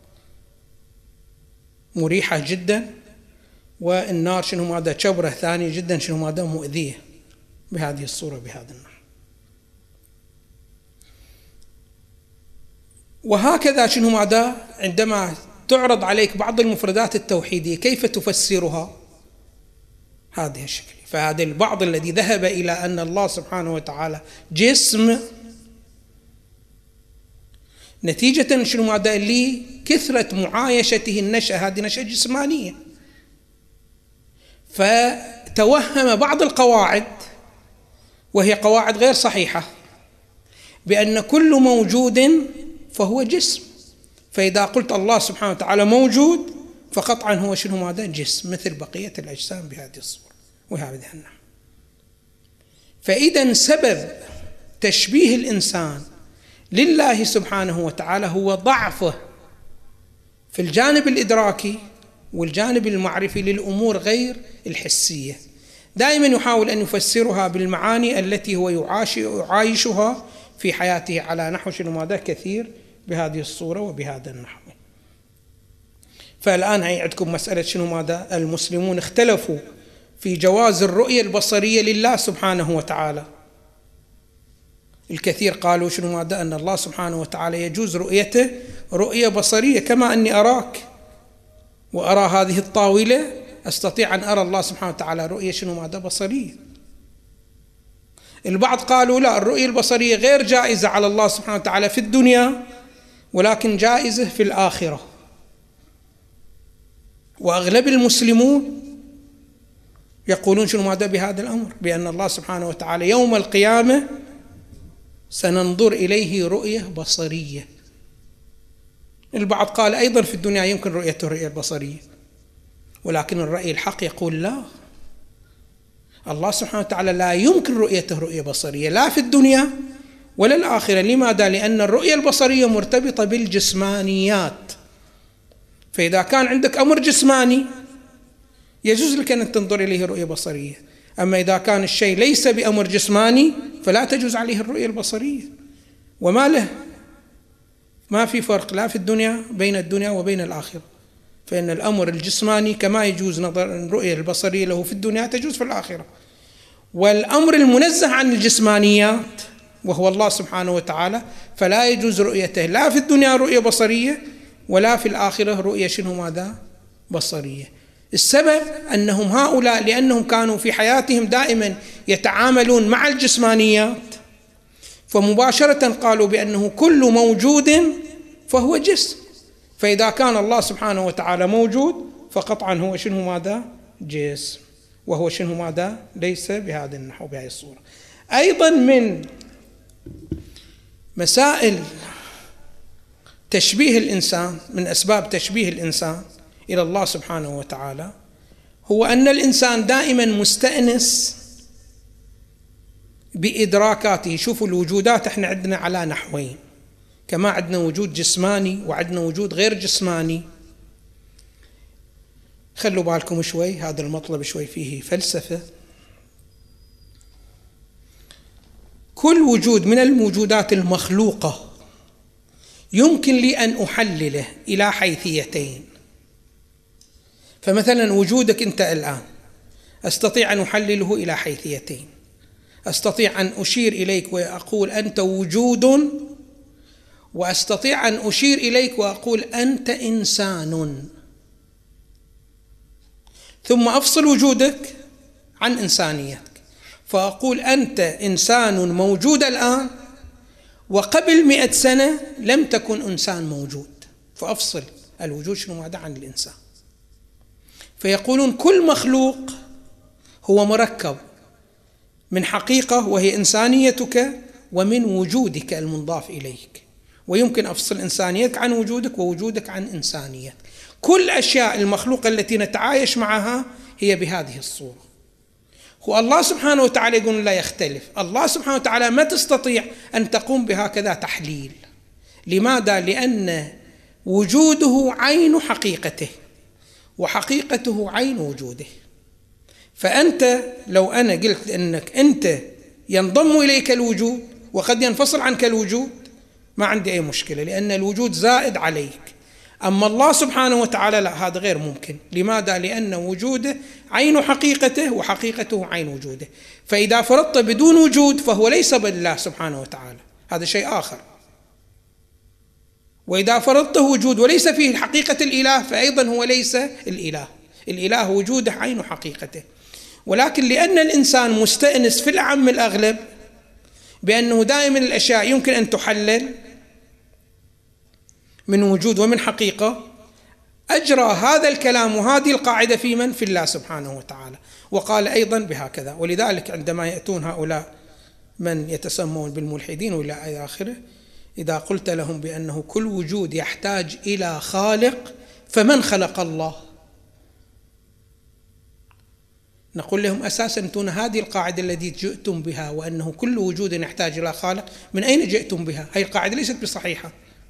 مريحة جدا، والنار شنو ماذا شبرة ثانية جدا شنو ماذا مؤذية، بهذه الصورة بهذا النحو. وهكذا شنو ماذا عندما تعرض عليك بعض المفردات التوحيدية كيف تفسرها هذه الشكل. فهذا البعض الذي ذهب إلى أن الله سبحانه وتعالى جسم نتيجة شنو ماذا لكثرة معايشته النشأة، هذه نشأة جسمانية، فتوهم بعض القواعد وهي قواعد غير صحيحة بأن كل موجود فهو جسم. فإذا قلت الله سبحانه وتعالى موجود فقطعا هو شنو ماذا؟ جسم، مثل بقية الأجسام بهذه الصورة وهذه النحو. فإذا سبب تشبيه الإنسان لله سبحانه وتعالى هو ضعفه في الجانب الإدراكي والجانب المعرفي للأمور غير الحسية. دائما يحاول أن يفسرها بالمعاني التي هو يعايشها في حياته على نحو شنو ماذا كثير بهذه الصورة وبهذا النحو. فالآن هي عندكم مسألة شنو ماذا؟ المسلمون اختلفوا في جواز الرؤية البصرية لله سبحانه وتعالى. الكثير قالوا شنو ماذا؟ أن الله سبحانه وتعالى يجوز رؤيته رؤية بصرية، كما أني أراك وأرى هذه الطاولة أستطيع أن أرى الله سبحانه وتعالى رؤية شنو ماذا؟ بصرية. البعض قالوا لا، الرؤية البصرية غير جائزة على الله سبحانه وتعالى في الدنيا، ولكن جائزة في الآخرة. وأغلب المسلمون يقولون شنو ماذا بهذا الأمر؟ بأن الله سبحانه وتعالى يوم القيامة سننظر إليه رؤية بصرية. البعض قال أيضا في الدنيا يمكن رؤيته الرؤية البصرية، ولكن الرأي الحق يقول لا، الله سبحانه وتعالى لا يمكن رؤيته رؤية بصرية لا في الدنيا ولا الآخرة. لماذا؟ لأن الرؤية البصرية مرتبطة بالجسمانيات. فإذا كان عندك أمر جسماني يجوز لك أن تنظر إليه رؤية بصرية، أما إذا كان الشيء ليس بأمر جسماني فلا تجوز عليه الرؤية البصرية. وما له ما في فرق لا في الدنيا بين الدنيا وبين الآخرة، فإن الأمر الجسماني كما يجوز نظر الرؤية البصرية له في الدنيا تجوز في الآخرة. والأمر المنزه عن الجسمانيات وهو الله سبحانه وتعالى فلا يجوز رؤيته لا في الدنيا رؤية بصرية ولا في الآخرة رؤية شنو ماذا؟ بصرية. السبب أنهم هؤلاء لأنهم كانوا في حياتهم دائما يتعاملون مع الجسمانيات، فمباشرة قالوا بأنه كل موجود فهو جسم. فإذا كان الله سبحانه وتعالى موجود فقطعا هو شنو ماذا؟ جسم، وهو شنو ماذا؟ ليس بهذا النحو بهذه الصورة. أيضا من مسائل تشبيه الإنسان، من أسباب تشبيه الإنسان إلى الله سبحانه وتعالى، هو أن الإنسان دائما مستأنس بإدراكاته. شوفوا الوجودات احنا عندنا على نحوين، كما عندنا وجود جسماني وعندنا وجود غير جسماني. خلوا بالكم شوي، هذا المطلب شوي فيه فلسفة. كل وجود من الموجودات المخلوقة يمكن لي أن أحلله إلى حيثيتين. فمثلا وجودك أنت الآن أستطيع أن أحلله إلى حيثيتين. أستطيع أن أشير إليك وأقول أنت وجود، وأستطيع أن أشير إليك وأقول أنت إنسان، ثم أفصل وجودك عن إنسانيتك فأقول أنت إنسان موجود الآن، وقبل مئة سنة لم تكن إنسان موجود، فأفصل الوجود شنو ماذا عن الإنسان. فيقولون كل مخلوق هو مركب من حقيقة وهي إنسانيتك ومن وجودك المنضاف إليك، ويمكن أفصل إنسانيتك عن وجودك ووجودك عن إنسانيتك. كل أشياء المخلوقة التي نتعايش معها هي بهذه الصورة. هو الله سبحانه وتعالى يقول لا يختلف. الله سبحانه وتعالى ما تستطيع أن تقوم بهكذا تحليل. لماذا؟ لأن وجوده عين حقيقته وحقيقته عين وجوده. فأنت لو أنا قلت أنك أنت ينضم إليك الوجود وقد ينفصل عنك الوجود ما عندي أي مشكلة، لأن الوجود زائد عليك. أما الله سبحانه وتعالى لا، هذا غير ممكن. لماذا؟ لأن وجوده عين حقيقته وحقيقته عين وجوده. فإذا فرضت بدون وجود فهو ليس بالله سبحانه وتعالى، هذا شيء آخر. وإذا فرضته وجود وليس فيه حقيقة الإله فأيضا هو ليس الإله. الإله وجوده عين حقيقته. ولكن لأن الإنسان مستأنس في الأعم الأغلب بأنه دائما الأشياء يمكن أن تحلل من وجود ومن حقيقة، أجرى هذا الكلام وهذه القاعدة في من؟ في الله سبحانه وتعالى. وقال أيضا بهكذا. ولذلك عندما يأتون هؤلاء من يتسمون بالملحدين وإلى آخره، إذا قلت لهم بأنه كل وجود يحتاج إلى خالق فمن خلق الله؟ نقول لهم أساساً أنتم هذه القاعدة التي جئتم بها وأنه كل وجود يحتاج إلى خالق، من أين جئتم بها؟ هذه القاعدة ليست بصحيحة،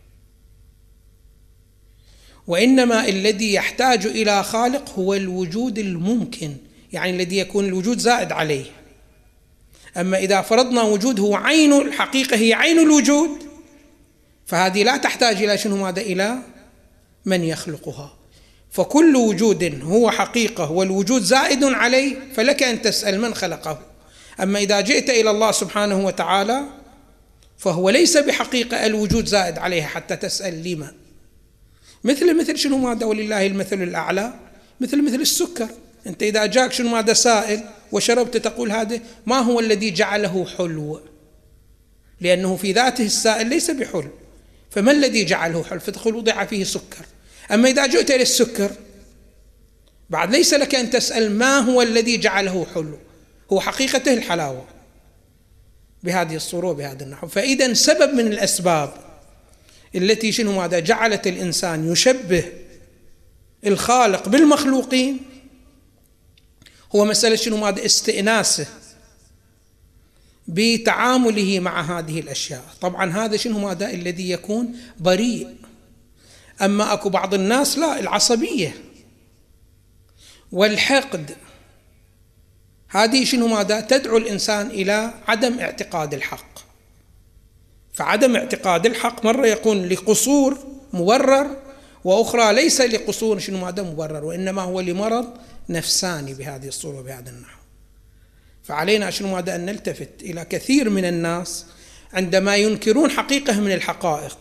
وإنما الذي يحتاج إلى خالق هو الوجود الممكن، يعني الذي يكون الوجود زائد عليه. أما إذا فرضنا وجود هو عين الحقيقة، هي عين الوجود، فهذه لا تحتاج إلى شنو ماذا؟ إلى من يخلقها. فكل وجود هو حقيقة والوجود زائد عليه فلك أن تسأل من خلقه. أما إذا جئت إلى الله سبحانه وتعالى فهو ليس بحقيقة الوجود زائد عليها حتى تسأل لما. مثل مثل شنو ماذا؟ ولله المثل الأعلى، مثل مثل السكر. أنت إذا جاك شنو ماذا سائل وشربت تقول هذا ما هو الذي جعله حلو؟ لأنه في ذاته السائل ليس بحلو، فما الذي جعله حلو؟ فتقول وضع فيه سكر. أما إذا جئت إلى السكر بعد ليس لك أن تسأل ما هو الذي جعله حلو، هو حقيقته الحلاوة بهذه الصورة وبهذا النحو. فإذا سبب من الأسباب التي شنو ماذا جعلت الإنسان يشبه الخالق بالمخلوقين هو مسألة شنو ماذا استئناسه بتعامله مع هذه الأشياء. طبعا هذا شنو ماذا الذي يكون بريء. أما أكو بعض الناس لا، العصبية والحقد هذه شنو ماذا تدعو الإنسان إلى عدم اعتقاد الحق. فعدم اعتقاد الحق مرة يكون لقصور مبرر، وأخرى ليس لقصور شنو ماذا مبرر، وإنما هو لمرض نفساني بهذه الصورة وبهذا النحو. فعلينا شنو ماذا أن نلتفت إلى كثير من الناس عندما ينكرون حقيقة من الحقائق،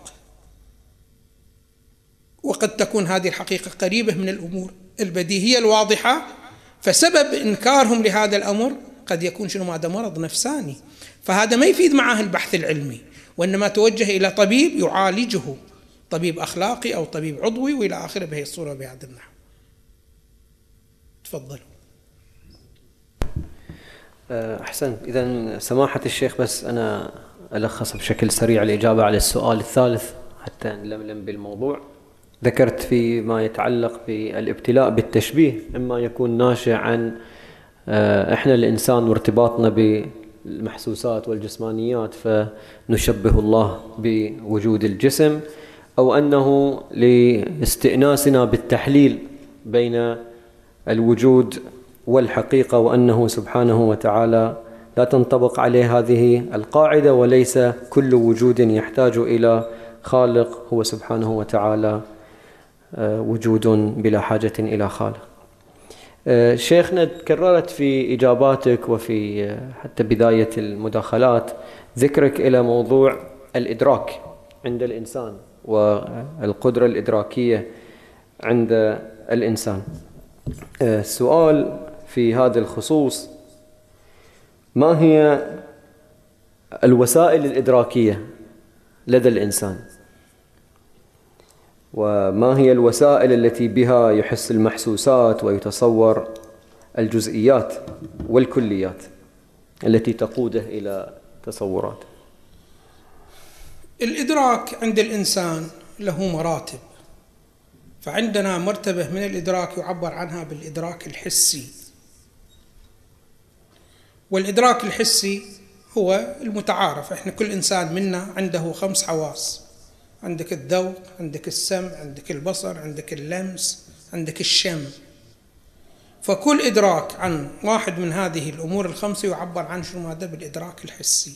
وقد تكون هذه الحقيقة قريبة من الأمور البديهية الواضحة، فسبب إنكارهم لهذا الأمر قد يكون شنو ماذا مرض نفساني. فهذا ما يفيد معه البحث العلمي، وإنما توجه إلى طبيب يعالجه، طبيب أخلاقي أو طبيب عضوي وإلى آخره بهذه الصورة بهذا النحو. تفضل. أحسنت. إذن سماحة الشيخ، بس أنا ألخص بشكل سريع الإجابة على السؤال الثالث حتى نلملم بالموضوع. ذكرت فيما يتعلق بالابتلاء بالتشبيه إما يكون ناشئ عن إحنا الإنسان وارتباطنا بالمحسوسات والجسمانيات فنشبه الله بوجود الجسم، أو أنه لاستئناسنا بالتحليل بين الوجود والحقيقة، وأنه سبحانه وتعالى لا تنطبق عليه هذه القاعدة، وليس كل وجود يحتاج إلى خالق، هو سبحانه وتعالى وجود بلا حاجة إلى خالق. شيخنا، تكررت في إجاباتك وفي حتى بداية المداخلات ذكرك إلى موضوع الإدراك عند الإنسان والقدرة الإدراكية عند الإنسان. السؤال في هذا الخصوص: ما هي الوسائل الإدراكية لدى الإنسان؟ وما هي الوسائل التي بها يحس المحسوسات ويتصور الجزئيات والكليات التي تقوده إلى تصورات؟ الإدراك عند الإنسان له مراتب. فعندنا مرتبة من الإدراك يعبر عنها بالإدراك الحسي. والإدراك الحسي هو المتعارف، إحنا كل إنسان منا عنده خمس حواس: عندك الذوق، عندك السمع، عندك البصر، عندك اللمس، عندك الشم. فكل إدراك عن واحد من هذه الأمور الخمسة يعبر عن شنو هذا بالإدراك الحسي.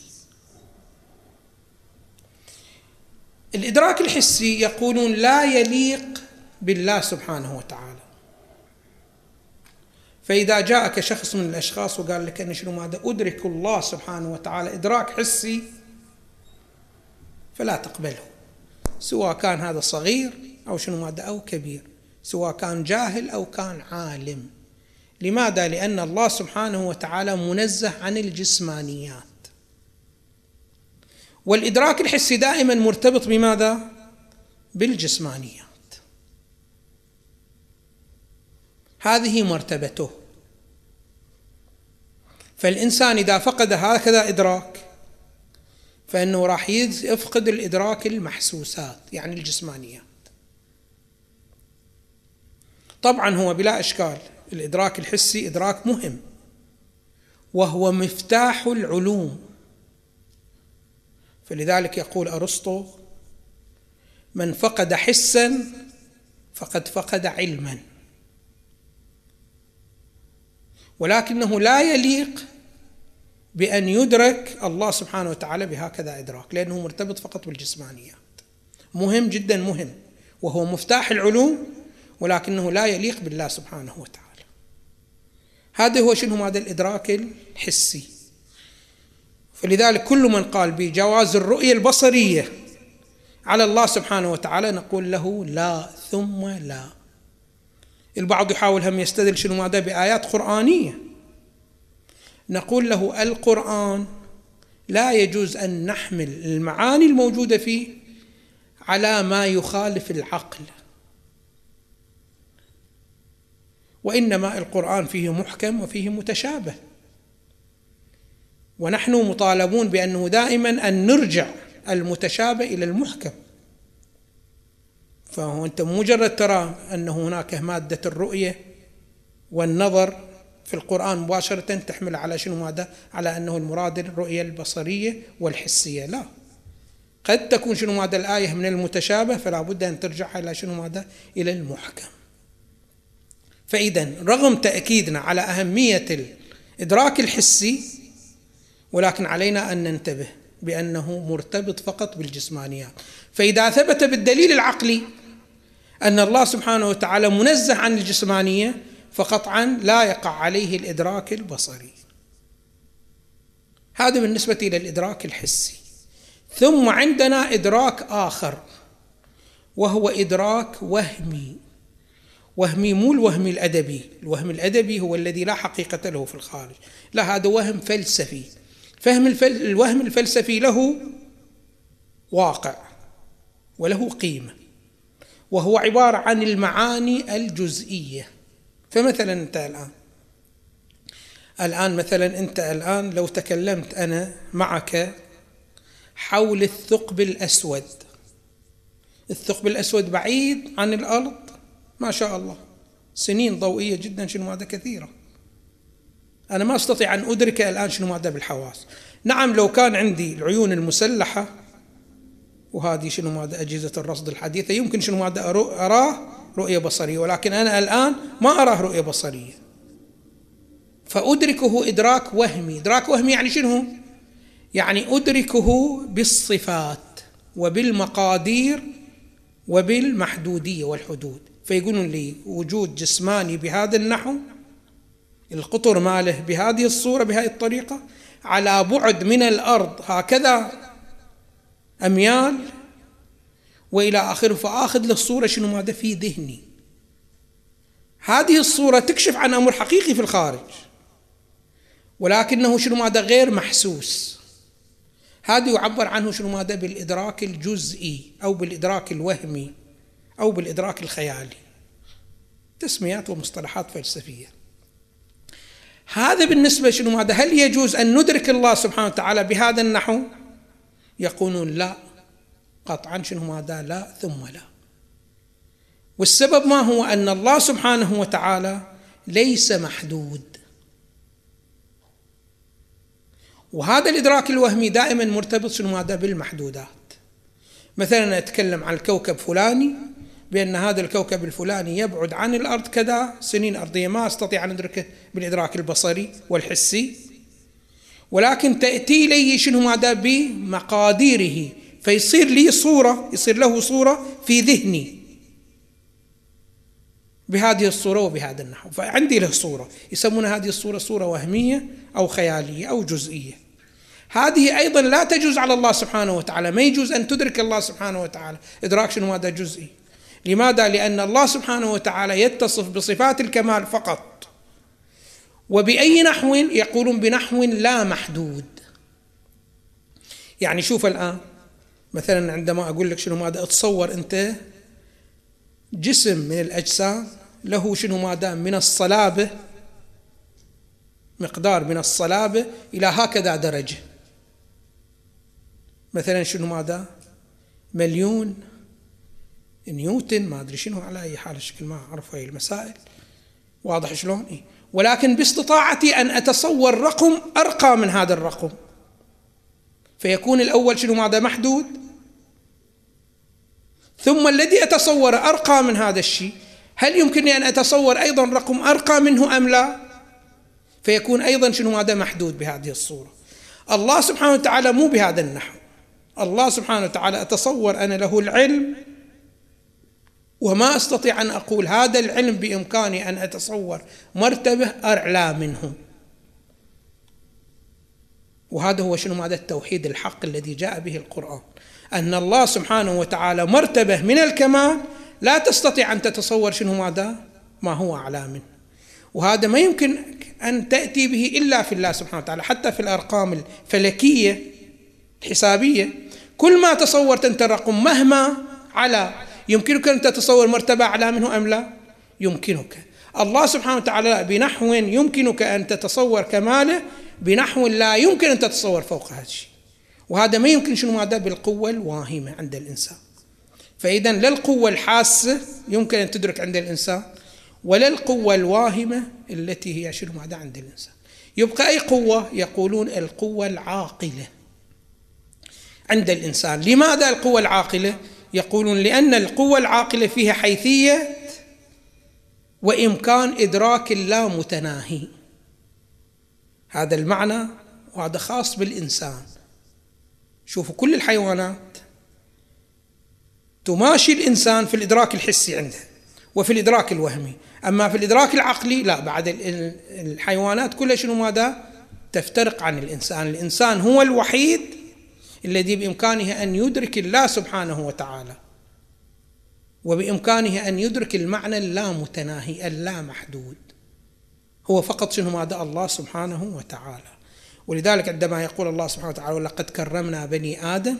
الإدراك الحسي يقولون لا يليق بالله سبحانه وتعالى. فإذا جاءك شخص من الأشخاص وقال لك أن شنو ماذا أدرك الله سبحانه وتعالى إدراك حسي، فلا تقبله، سواء كان هذا صغير أو شنو ماذا أو كبير، سواء كان جاهل أو كان عالم. لماذا؟ لأن الله سبحانه وتعالى منزه عن الجسمانيات، والإدراك الحسي دائما مرتبط بماذا؟ بالجسمانيات. هذه مرتبته. فالإنسان إذا فقد هكذا إدراك فإنه راح يفقد الإدراك المحسوسات يعني الجسمانيات. طبعا هو بلا إشكال الإدراك الحسي إدراك مهم، وهو مفتاح العلوم. فلذلك يقول أرسطو: من فقد حسا فقد فقد علما. ولكنه لا يليق بأن يدرك الله سبحانه وتعالى بهكذا إدراك، لأنه مرتبط فقط بالجسمانيات. مهم جدا مهم، وهو مفتاح العلوم، ولكنه لا يليق بالله سبحانه وتعالى. هذا هو شنو هذا الإدراك الحسي. فلذلك كل من قال بجواز الرؤية البصرية على الله سبحانه وتعالى نقول له لا ثم لا. البعض يحاول هم يستدل شنو هذا بآيات قرآنية، نقول له القرآن لا يجوز أن نحمل المعاني الموجودة فيه على ما يخالف العقل، وإنما القرآن فيه محكم وفيه متشابه، ونحن مطالبون بأنه دائما أن نرجع المتشابه إلى المحكم. فهو أنت مجرد ترى أن هناك مادة الرؤية والنظر في القرآن مباشرة تحمل على شنو هذا؟ على أنه المراد الرؤية البصرية والحسية. لا، قد تكون شنو هذا الآية من المتشابه، فلا بد أن ترجع إلى شنو هذا؟ إلى المحكم. فإذا رغم تأكيدنا على أهمية الإدراك الحسي، ولكن علينا أن ننتبه بأنه مرتبط فقط بالجسمانيات. فإذا ثبت بالدليل العقلي أن الله سبحانه وتعالى منزه عن الجسمانية، فقطعا لا يقع عليه الإدراك البصري. هذا بالنسبة إلى الإدراك الحسي. ثم عندنا إدراك آخر، وهو إدراك وهمي. وهمي مو الوهم الأدبي. الوهم الأدبي هو الذي لا حقيقة له في الخارج، لا، هذا وهم فلسفي. فهم الفل... الوهم الفلسفي له واقع وله قيمة، وهو عبارة عن المعاني الجزئية. فمثلا أنت الآن الآن مثلا أنت الآن لو تكلمت أنا معك حول الثقب الأسود، الثقب الأسود بعيد عن الأرض ما شاء الله سنين ضوئية جدا، شنو هذا كثيرة، أنا ما أستطيع أن أدرك الآن شنو هذا بالحواس. نعم لو كان عندي العيون المسلحة وهذه شنو هذا أجهزة الرصد الحديثة يمكن شنو هذا أراه رؤية بصرية، ولكن أنا الآن ما أراه رؤية بصرية، فأدركه إدراك وهمي. إدراك وهمي يعني شنو؟ يعني أدركه بالصفات وبالمقادير وبالمحدودية والحدود. فيقولون لي وجود جسماني بهذا النحو، القطر ماله بهذه الصورة بهذه الطريقة، على بعد من الأرض هكذا أميال وإلى آخره، فآخذ للصورة شنو ماذا في ذهني. هذه الصورة تكشف عن أمر حقيقي في الخارج، ولكنه شنو ماذا غير محسوس. هذا يعبر عنه شنو ماذا بالإدراك الجزئي أو بالإدراك الوهمي أو بالإدراك الخيالي، تسميات ومصطلحات فلسفية. هذا بالنسبة شنو ماذا هل يجوز أن ندرك الله سبحانه وتعالى بهذا النحو؟ يقولون لا، قطعا شنو ماذا لا ثم لا. والسبب ما هو؟ أن الله سبحانه وتعالى ليس محدود، وهذا الإدراك الوهمي دائما مرتبط شنو ماذا بالمحدودات. مثلا أتكلم عن الكوكب فلاني بأن هذا الكوكب الفلاني يبعد عن الأرض كذا سنين أرضية، ما أستطيع أن أدركه بالإدراك البصري والحسي، ولكن تأتي لي شنو ماذا بمقاديره، فيصير لي صورة، يصير له صورة في ذهني بهذه الصورة وبهذا النحو، فعندي له صورة، يسمون هذه الصورة صورة وهمية أو خيالية أو جزئية. هذه أيضا لا تجوز على الله سبحانه وتعالى، ما يجوز أن تدرك الله سبحانه وتعالى إدراك شنو هذا جزئي. لماذا؟ لأن الله سبحانه وتعالى يتصف بصفات الكمال فقط، وبأي نحو؟ يقولون بنحو لا محدود. يعني شوف الآن مثلا عندما أقول لك شنو ماذا اتصور أنت جسم من الأجسام له شنو ماذا من الصلابة، مقدار من الصلابة إلى هكذا درجة، مثلا شنو ماذا مليون نيوتن، ما أدري شنو، على أي حال الشكل ما أعرف هاي المسائل، واضح شلون؟ إيه؟ ولكن باستطاعتي أن أتصور رقم أرقى من هذا الرقم، فيكون الأول شنو ماذا محدود، ثم الذي أتصور أرقى من هذا الشيء هل يمكنني أن أتصور أيضا رقم أرقى منه أم لا؟ فيكون أيضا شنو ماذا محدود بهذه الصورة. الله سبحانه وتعالى مو بهذا النحو. الله سبحانه وتعالى أتصور أنا له العلم، وما أستطيع أن أقول هذا العلم بإمكاني أن أتصور مرتبة أعلى منه. وهذا هو شنو ماذا التوحيد الحق الذي جاء به القرآن، أن الله سبحانه وتعالى مرتبة من الكمال لا تستطيع أن تتصور شنو ماذا ما هو أعلى منه. وهذا ما يمكن أن تأتي به إلا في الله سبحانه وتعالى. حتى في الأرقام الفلكية الحسابية كل ما تصورت أنت الرقم مهما على، يمكنك أن تتصور مرتبة أعلى منه أم لا؟ يمكنك. الله سبحانه وتعالى بنحو يمكنك أن تتصور كماله، بنحو لا يمكن أن تتصور فوق هذا الشيء. وهذا ما يمكن شنو ماذا بالقوة الواهمة عند الإنسان. فإذا لا القوة الحاسة يمكن أن تدرك عند الإنسان، ولا القوة الواهمة التي هي شنو ماذا عند الإنسان. يبقى أي قوة؟ يقولون القوة العاقلة عند الإنسان. لماذا القوة العاقلة؟ يقولون لأن القوة العاقلة فيها حيثية وإمكان إدراك اللا متناهي. هذا المعنى، وهذا خاص بالإنسان. شوفوا كل الحيوانات تماشي الإنسان في الإدراك الحسي عنده وفي الإدراك الوهمي، أما في الإدراك العقلي لا، بعد الحيوانات كلها شنو ماذا تفترق عن الإنسان. الإنسان هو الوحيد الذي بإمكانه أن يدرك الله سبحانه وتعالى، وبإمكانه أن يدرك المعنى اللامتناهي اللامحدود. هو فقط شنو ماذا الله سبحانه وتعالى. ولذلك عندما يقول الله سبحانه وتعالى ولقد كرمنا بني آدم،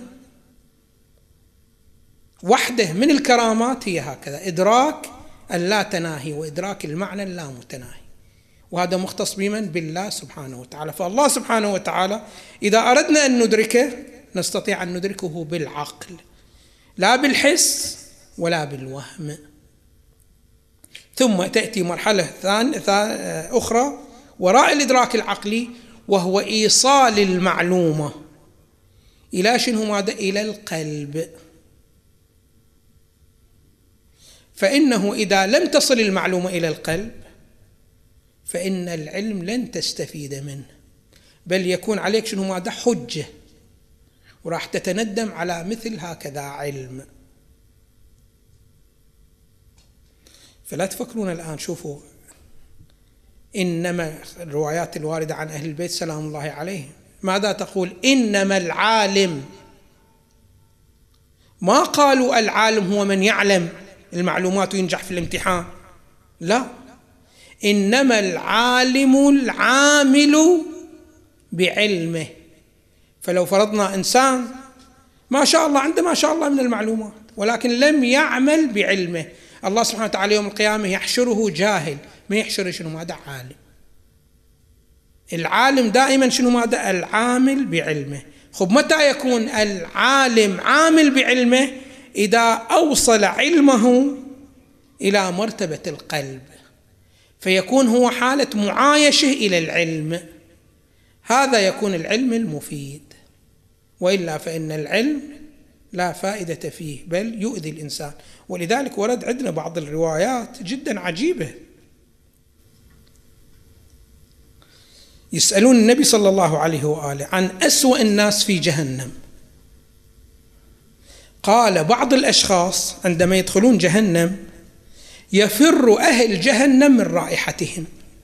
وحده من الكرامات هي هكذا إدراك اللا تناهي وإدراك المعنى اللامتناهي. وهذا مختص بمن؟ بالله سبحانه وتعالى. فالله سبحانه وتعالى إذا أردنا أن ندركه نستطيع أن ندركه بالعقل، لا بالحس ولا بالوهم. ثم تأتي مرحلة ثانية أخرى وراء الإدراك العقلي، وهو إيصال المعلومة إلى شنو ماذا؟ إلى القلب. فإنه إذا لم تصل المعلومة إلى القلب فإن العلم لن تستفيد منه، بل يكون عليك شنو ماذا؟ حجة، وراح تتندم على مثل هكذا علم. فلا تفكرون الآن، شوفوا إنما الروايات الواردة عن أهل البيت سلام الله عليهم ماذا تقول؟ إنما العالم، ما قالوا العالم هو من يعلم المعلومات وينجح في الامتحان، لا، إنما العالم العامل بعلمه. فلو فرضنا إنسان ما شاء الله عنده ما شاء الله من المعلومات ولكن لم يعمل بعلمه، الله سبحانه وتعالى يوم القيامة يحشره جاهل، ما يحشره شنو ماذا؟ عالم. العالم دائما شنو ماذا؟ العامل بعلمه. خب متى يكون العالم عامل بعلمه؟ إذا أوصل علمه إلى مرتبة القلب، فيكون هو حالة معايشة إلى العلم. هذا يكون العلم المفيد، وإلا فإن العلم لا فائدة فيه بل يؤذي الإنسان. ولذلك ورد عندنا بعض الروايات جدا عجيبة، يسألون النبي صلى الله عليه وآله عن أسوأ الناس في جهنم. قال بعض الأشخاص عندما يدخلون جهنم يفر أهل جهنم من رائحتهم.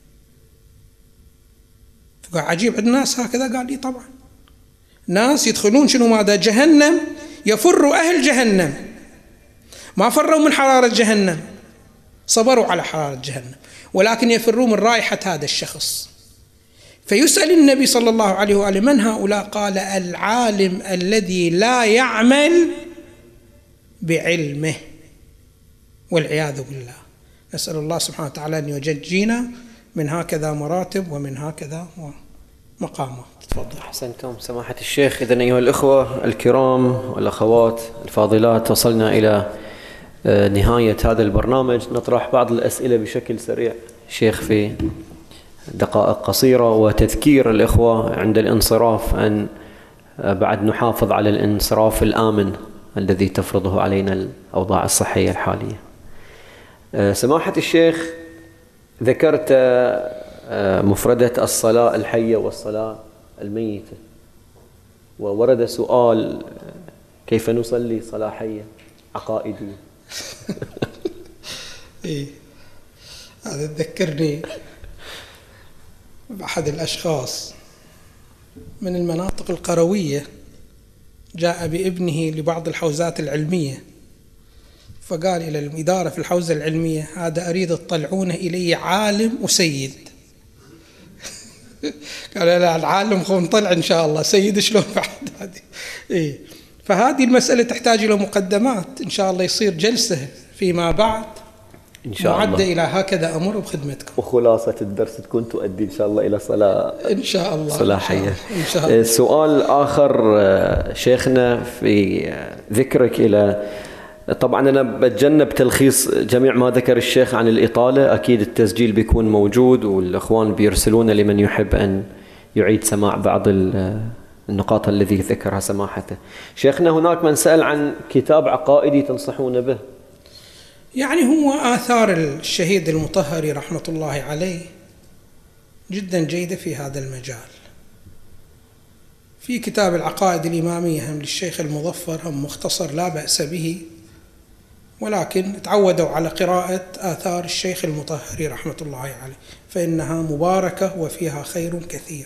فقال عجيب، عندنا ناس هكذا؟ قال لي طبعا، ناس يدخلون شنو ماذا؟ جهنم، يفر أهل جهنم، ما فروا من حرارة جهنم، صبروا على حرارة جهنم، ولكن يفروا من رائحة هذا الشخص. فيسأل النبي صلى الله عليه وآله من هؤلاء؟ قال العالم الذي لا يعمل بعلمه، والعياذ بالله. نسأل الله سبحانه وتعالى أن يججينا من هكذا مراتب ومن هكذا مقامات. تفضل. أحسنتم سماحة الشيخ. إذن أيها الأخوة الكرام والأخوات الفاضلات، وصلنا إلى نهاية هذا البرنامج. نطرح بعض الأسئلة بشكل سريع شيخ في دقائق قصيرة، وتذكير الإخوة عند الانصراف أن بعد نحافظ على الانصراف الآمن الذي تفرضه علينا الأوضاع الصحية الحالية. سماحة الشيخ، ذكرت مفردة الصلاة الحية والصلاة الميتة، وورد سؤال: كيف نصلي صلاة حية عقائدية؟ إيه، هذا تذكرني بأحد الأشخاص من المناطق القروية، جاء بابنه لبعض الحوزات العلمية، فقال إلى الإدارة في الحوزة العلمية: هذا أريد تطلعونه إلي عالم وسيد. قال: لا، العالم خو نطلع إن شاء الله، سيد شلون بعد هذه؟ إيه، فهذه المسألة تحتاج إلى مقدمات، إن شاء الله يصير جلسة فيما بعد إن شاء الله معدة إلى هكذا أمر بخدمتكم، وخلاصة الدرس تكون تؤدي إن شاء الله إلى صلاة إن شاء الله صلاة حية. إن شاء الله. سؤال آخر شيخنا، في ذكرك إلى، طبعا أنا بتجنب تلخيص جميع ما ذكر الشيخ عن الإطالة، أكيد التسجيل بيكون موجود والإخوان بيرسلون لمن يحب أن يعيد سماع بعض النقاط الذي ذكرها سماحته. شيخنا، هناك من سأل عن كتاب عقائدي تنصحون به. يعني هو آثار الشهيد المطهري رحمة الله عليه جدا جيدة في هذا المجال. في كتاب العقائد الإمامية هم للشيخ المظفر، هم مختصر لا بأس به، ولكن تعودوا على قراءة آثار الشيخ المطهري رحمة الله عليه، فإنها مباركة وفيها خير كثير.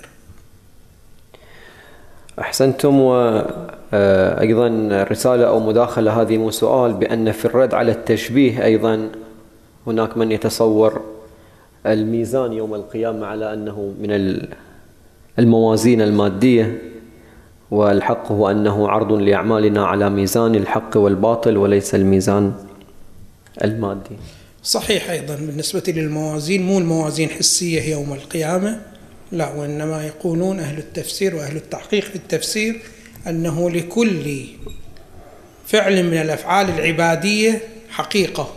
أحسنتم. وأيضا رسالة أو مداخلة، هذه مو سؤال، بأن في الرد على التشبيه أيضا هناك من يتصور الميزان يوم القيامة على أنه من الموازين المادية، والحق هو أنه عرض لأعمالنا على ميزان الحق والباطل وليس الميزان المادي. صحيح. أيضا بالنسبة للموازين، مو الموازين حسية يوم القيامة، لا، وإنما يقولون أهل التفسير وأهل التحقيق في التفسير أنه لكل فعل من الأفعال العبادية حقيقة،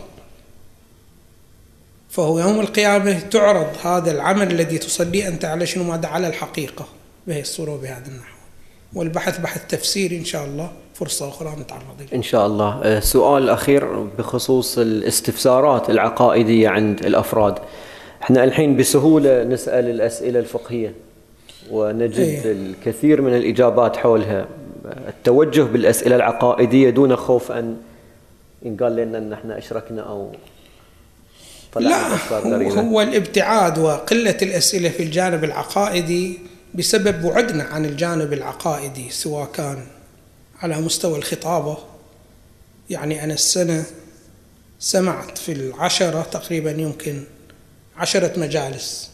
فهو يوم القيامة تعرض هذا العمل الذي تصلي أنت على شنو ماذا على الحقيقة بهذه الصورة وبهذا النحو. والبحث بحث تفسيري إن شاء الله فرصة أخرى نتعرض لها إن شاء الله. سؤال أخير بخصوص الاستفسارات العقائدية عند الأفراد. احنا الحين بسهولة نسأل الأسئلة الفقهية ونجد أيه. الكثير من الإجابات حولها. التوجه بالأسئلة العقائدية دون خوف أن ينقال لنا أن احنا أشركنا أو لا، هو الابتعاد وقلة الأسئلة في الجانب العقائدي بسبب بعدنا عن الجانب العقائدي، سواء كان على مستوى الخطابة. يعني أنا السنة سمعت في العشرة تقريبا يمكن عشرة مجالس،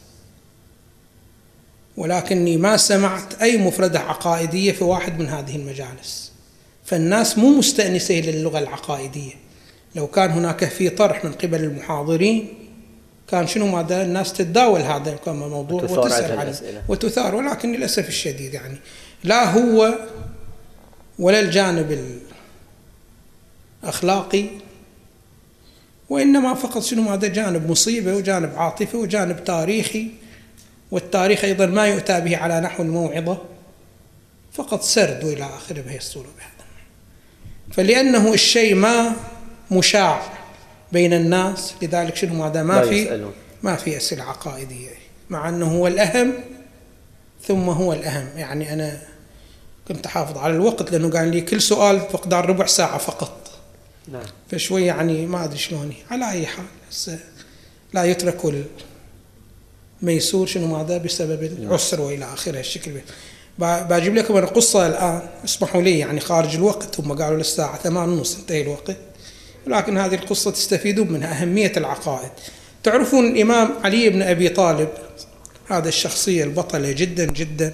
ولكني ما سمعت أي مفردة عقائدية في واحد من هذه المجالس. فالناس مو مستأنسة للغة العقائدية. لو كان هناك في طرح من قبل المحاضرين كان شنو ماذا الناس تتداول هذا كان موضوع وتسأل عنه وتثار، ولكن للأسف الشديد يعني لا هو ولا الجانب الأخلاقي، وإنما فقط شنو هذا جانب مصيبة وجانب عاطفي وجانب تاريخي، والتاريخ أيضا ما يؤتى به على نحو الموعظة، فقط سرد وإلى آخره بهي الصورة بهذا. فلأنه الشيء ما مشاع بين الناس، لذلك شنو هذا ما في ما في أسئلة عقائدية، مع أنه هو الأهم ثم هو الأهم. يعني أنا كنت أحافظ على الوقت لأنه قال لي كل سؤال فقدان ربع ساعة فقط. نعم. فشوي يعني ما أدري شلوني. على أي حال لا يترك الميسور شنو ماذا بسبب العسر وإلى آخره الشكل. بجيب لكم القصة الآن، اسمحوا لي يعني خارج الوقت، هم قالوا للساعة ثمان ونص انتهي الوقت، ولكن هذه القصة تستفيدون منها أهمية العقائد. تعرفون الإمام علي بن أبي طالب، هذا الشخصية البطلة جدا جدا،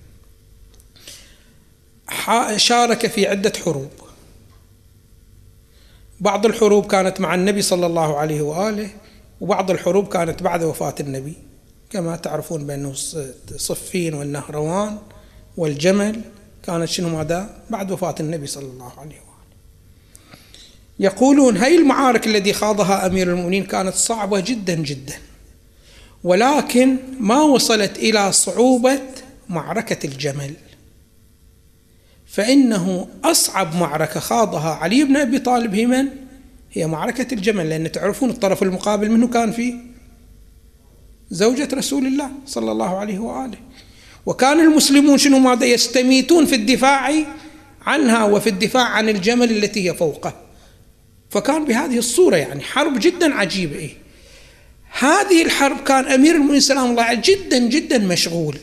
شارك في عدة حروب. بعض الحروب كانت مع النبي صلى الله عليه وآله، وبعض الحروب كانت بعد وفاة النبي، كما تعرفون بأنه صفين والنهروان والجمل كانت شنو ماذا بعد وفاة النبي صلى الله عليه وآله. يقولون هاي المعارك التي خاضها أمير المؤمنين كانت صعبة جدا جدا، ولكن ما وصلت إلى صعوبة معركة الجمل، فإنه أصعب معركة خاضها علي بن أبي طالب هي من؟ هي معركة الجمل، لأن تعرفون الطرف المقابل منه كان فيه زوجة رسول الله صلى الله عليه وآله، وكان المسلمون شنو ماذا يستميتون في الدفاع عنها وفي الدفاع عن الجمل التي هي فوقه، فكان بهذه الصورة يعني حرب جدا عجيبة. إيه؟ هذه الحرب كان أمير المؤمنين سلام الله عليه جدا جدا مشغول،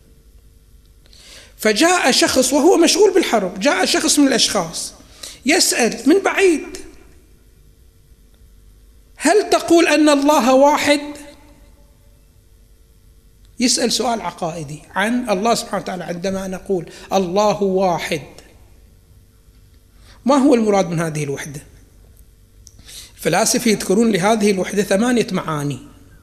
فجاء شخص وهو مشغول بالحرب، جاء شخص من الأشخاص يسأل من بعيد: هل تقول أن الله واحد؟ يسأل سؤال عقائدي عن الله سبحانه وتعالى. عندما نقول الله واحد، ما هو المراد من هذه الوحدة؟ الفلاسفة يذكرون لهذه الوحدة ثمانية معاني،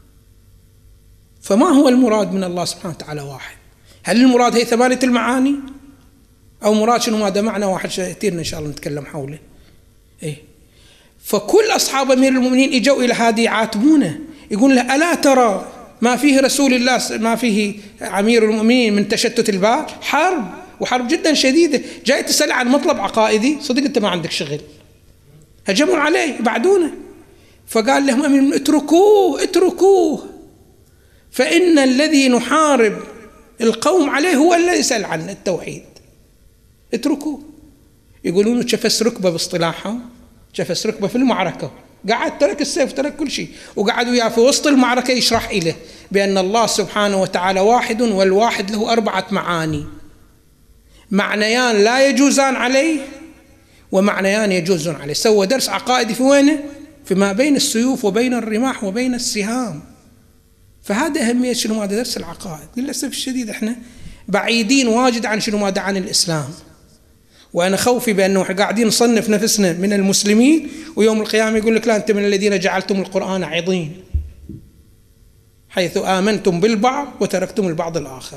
فما هو المراد من الله سبحانه وتعالى واحد؟ هل المراد هي ثمانية المعاني أو مراد شنو هذا معنى واحد يأتينا إن شاء الله نتكلم حوله؟ إيه؟ فكل أصحاب أمير المؤمنين إجوا إلى هذه يعاتبونه، يقول له: ألا ترى ما فيه رسول الله، ما فيه أمير المؤمنين من تشتت البال، حرب وحرب جدا شديدة، جاي تسأل عن مطلب عقائدي، صدق أنت ما عندك شغل. هجموا عليه بعدونه، فقال لهم أمير المؤمنين: اتركوه اتركوه، فإن الذي نحارب القوم عليه هو الذي يسأل عن التوحيد، اتركوه. يقولون شفس ركبة باصطلاحهم، شفس ركبة في المعركة، قعد ترك السيف ترك كل شيء، وقعد وياه في وسط المعركة يشرح إليه بأن الله سبحانه وتعالى واحد، والواحد له أربعة معاني، معنيان لا يجوزان عليه ومعنيان يجوزون عليه. سوى درس عقائدي في وينه؟ فيما بين السيوف وبين الرماح وبين السهام. فهذا أهمية شنو هذا درس العقائد. للأسف الشديد احنا بعيدين واجد عن شنو هذا عن الإسلام، وأنا خوفي بأنه قاعدين نصنف نفسنا من المسلمين، ويوم القيامة يقول لك: لا، أنت من الذين جعلتم القرآن عضين، حيث آمنتم بالبعض وتركتم البعض الآخر.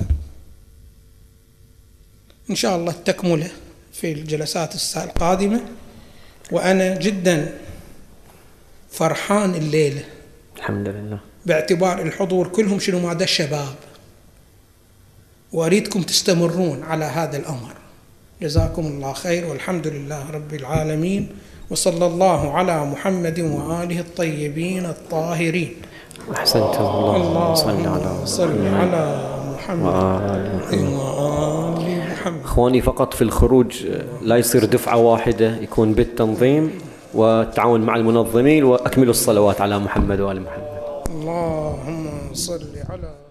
إن شاء الله التكملة في الجلسات القادمة. وأنا جدا فرحان الليلة الحمد لله باعتبار الحضور كلهم شنو ماذا الشباب، وأريدكم تستمرون على هذا الأمر. جزاكم الله خير، والحمد لله رب العالمين، وصلى الله على محمد وآله الطيبين الطاهرين. أحسنت الله. اللهم صل على محمد وآل محمد. إخواني، فقط في الخروج لا يصير دفعة واحدة، يكون بالتنظيم والتعاون مع المنظمين، وأكملوا الصلوات على محمد وآل محمد. اللهم صل على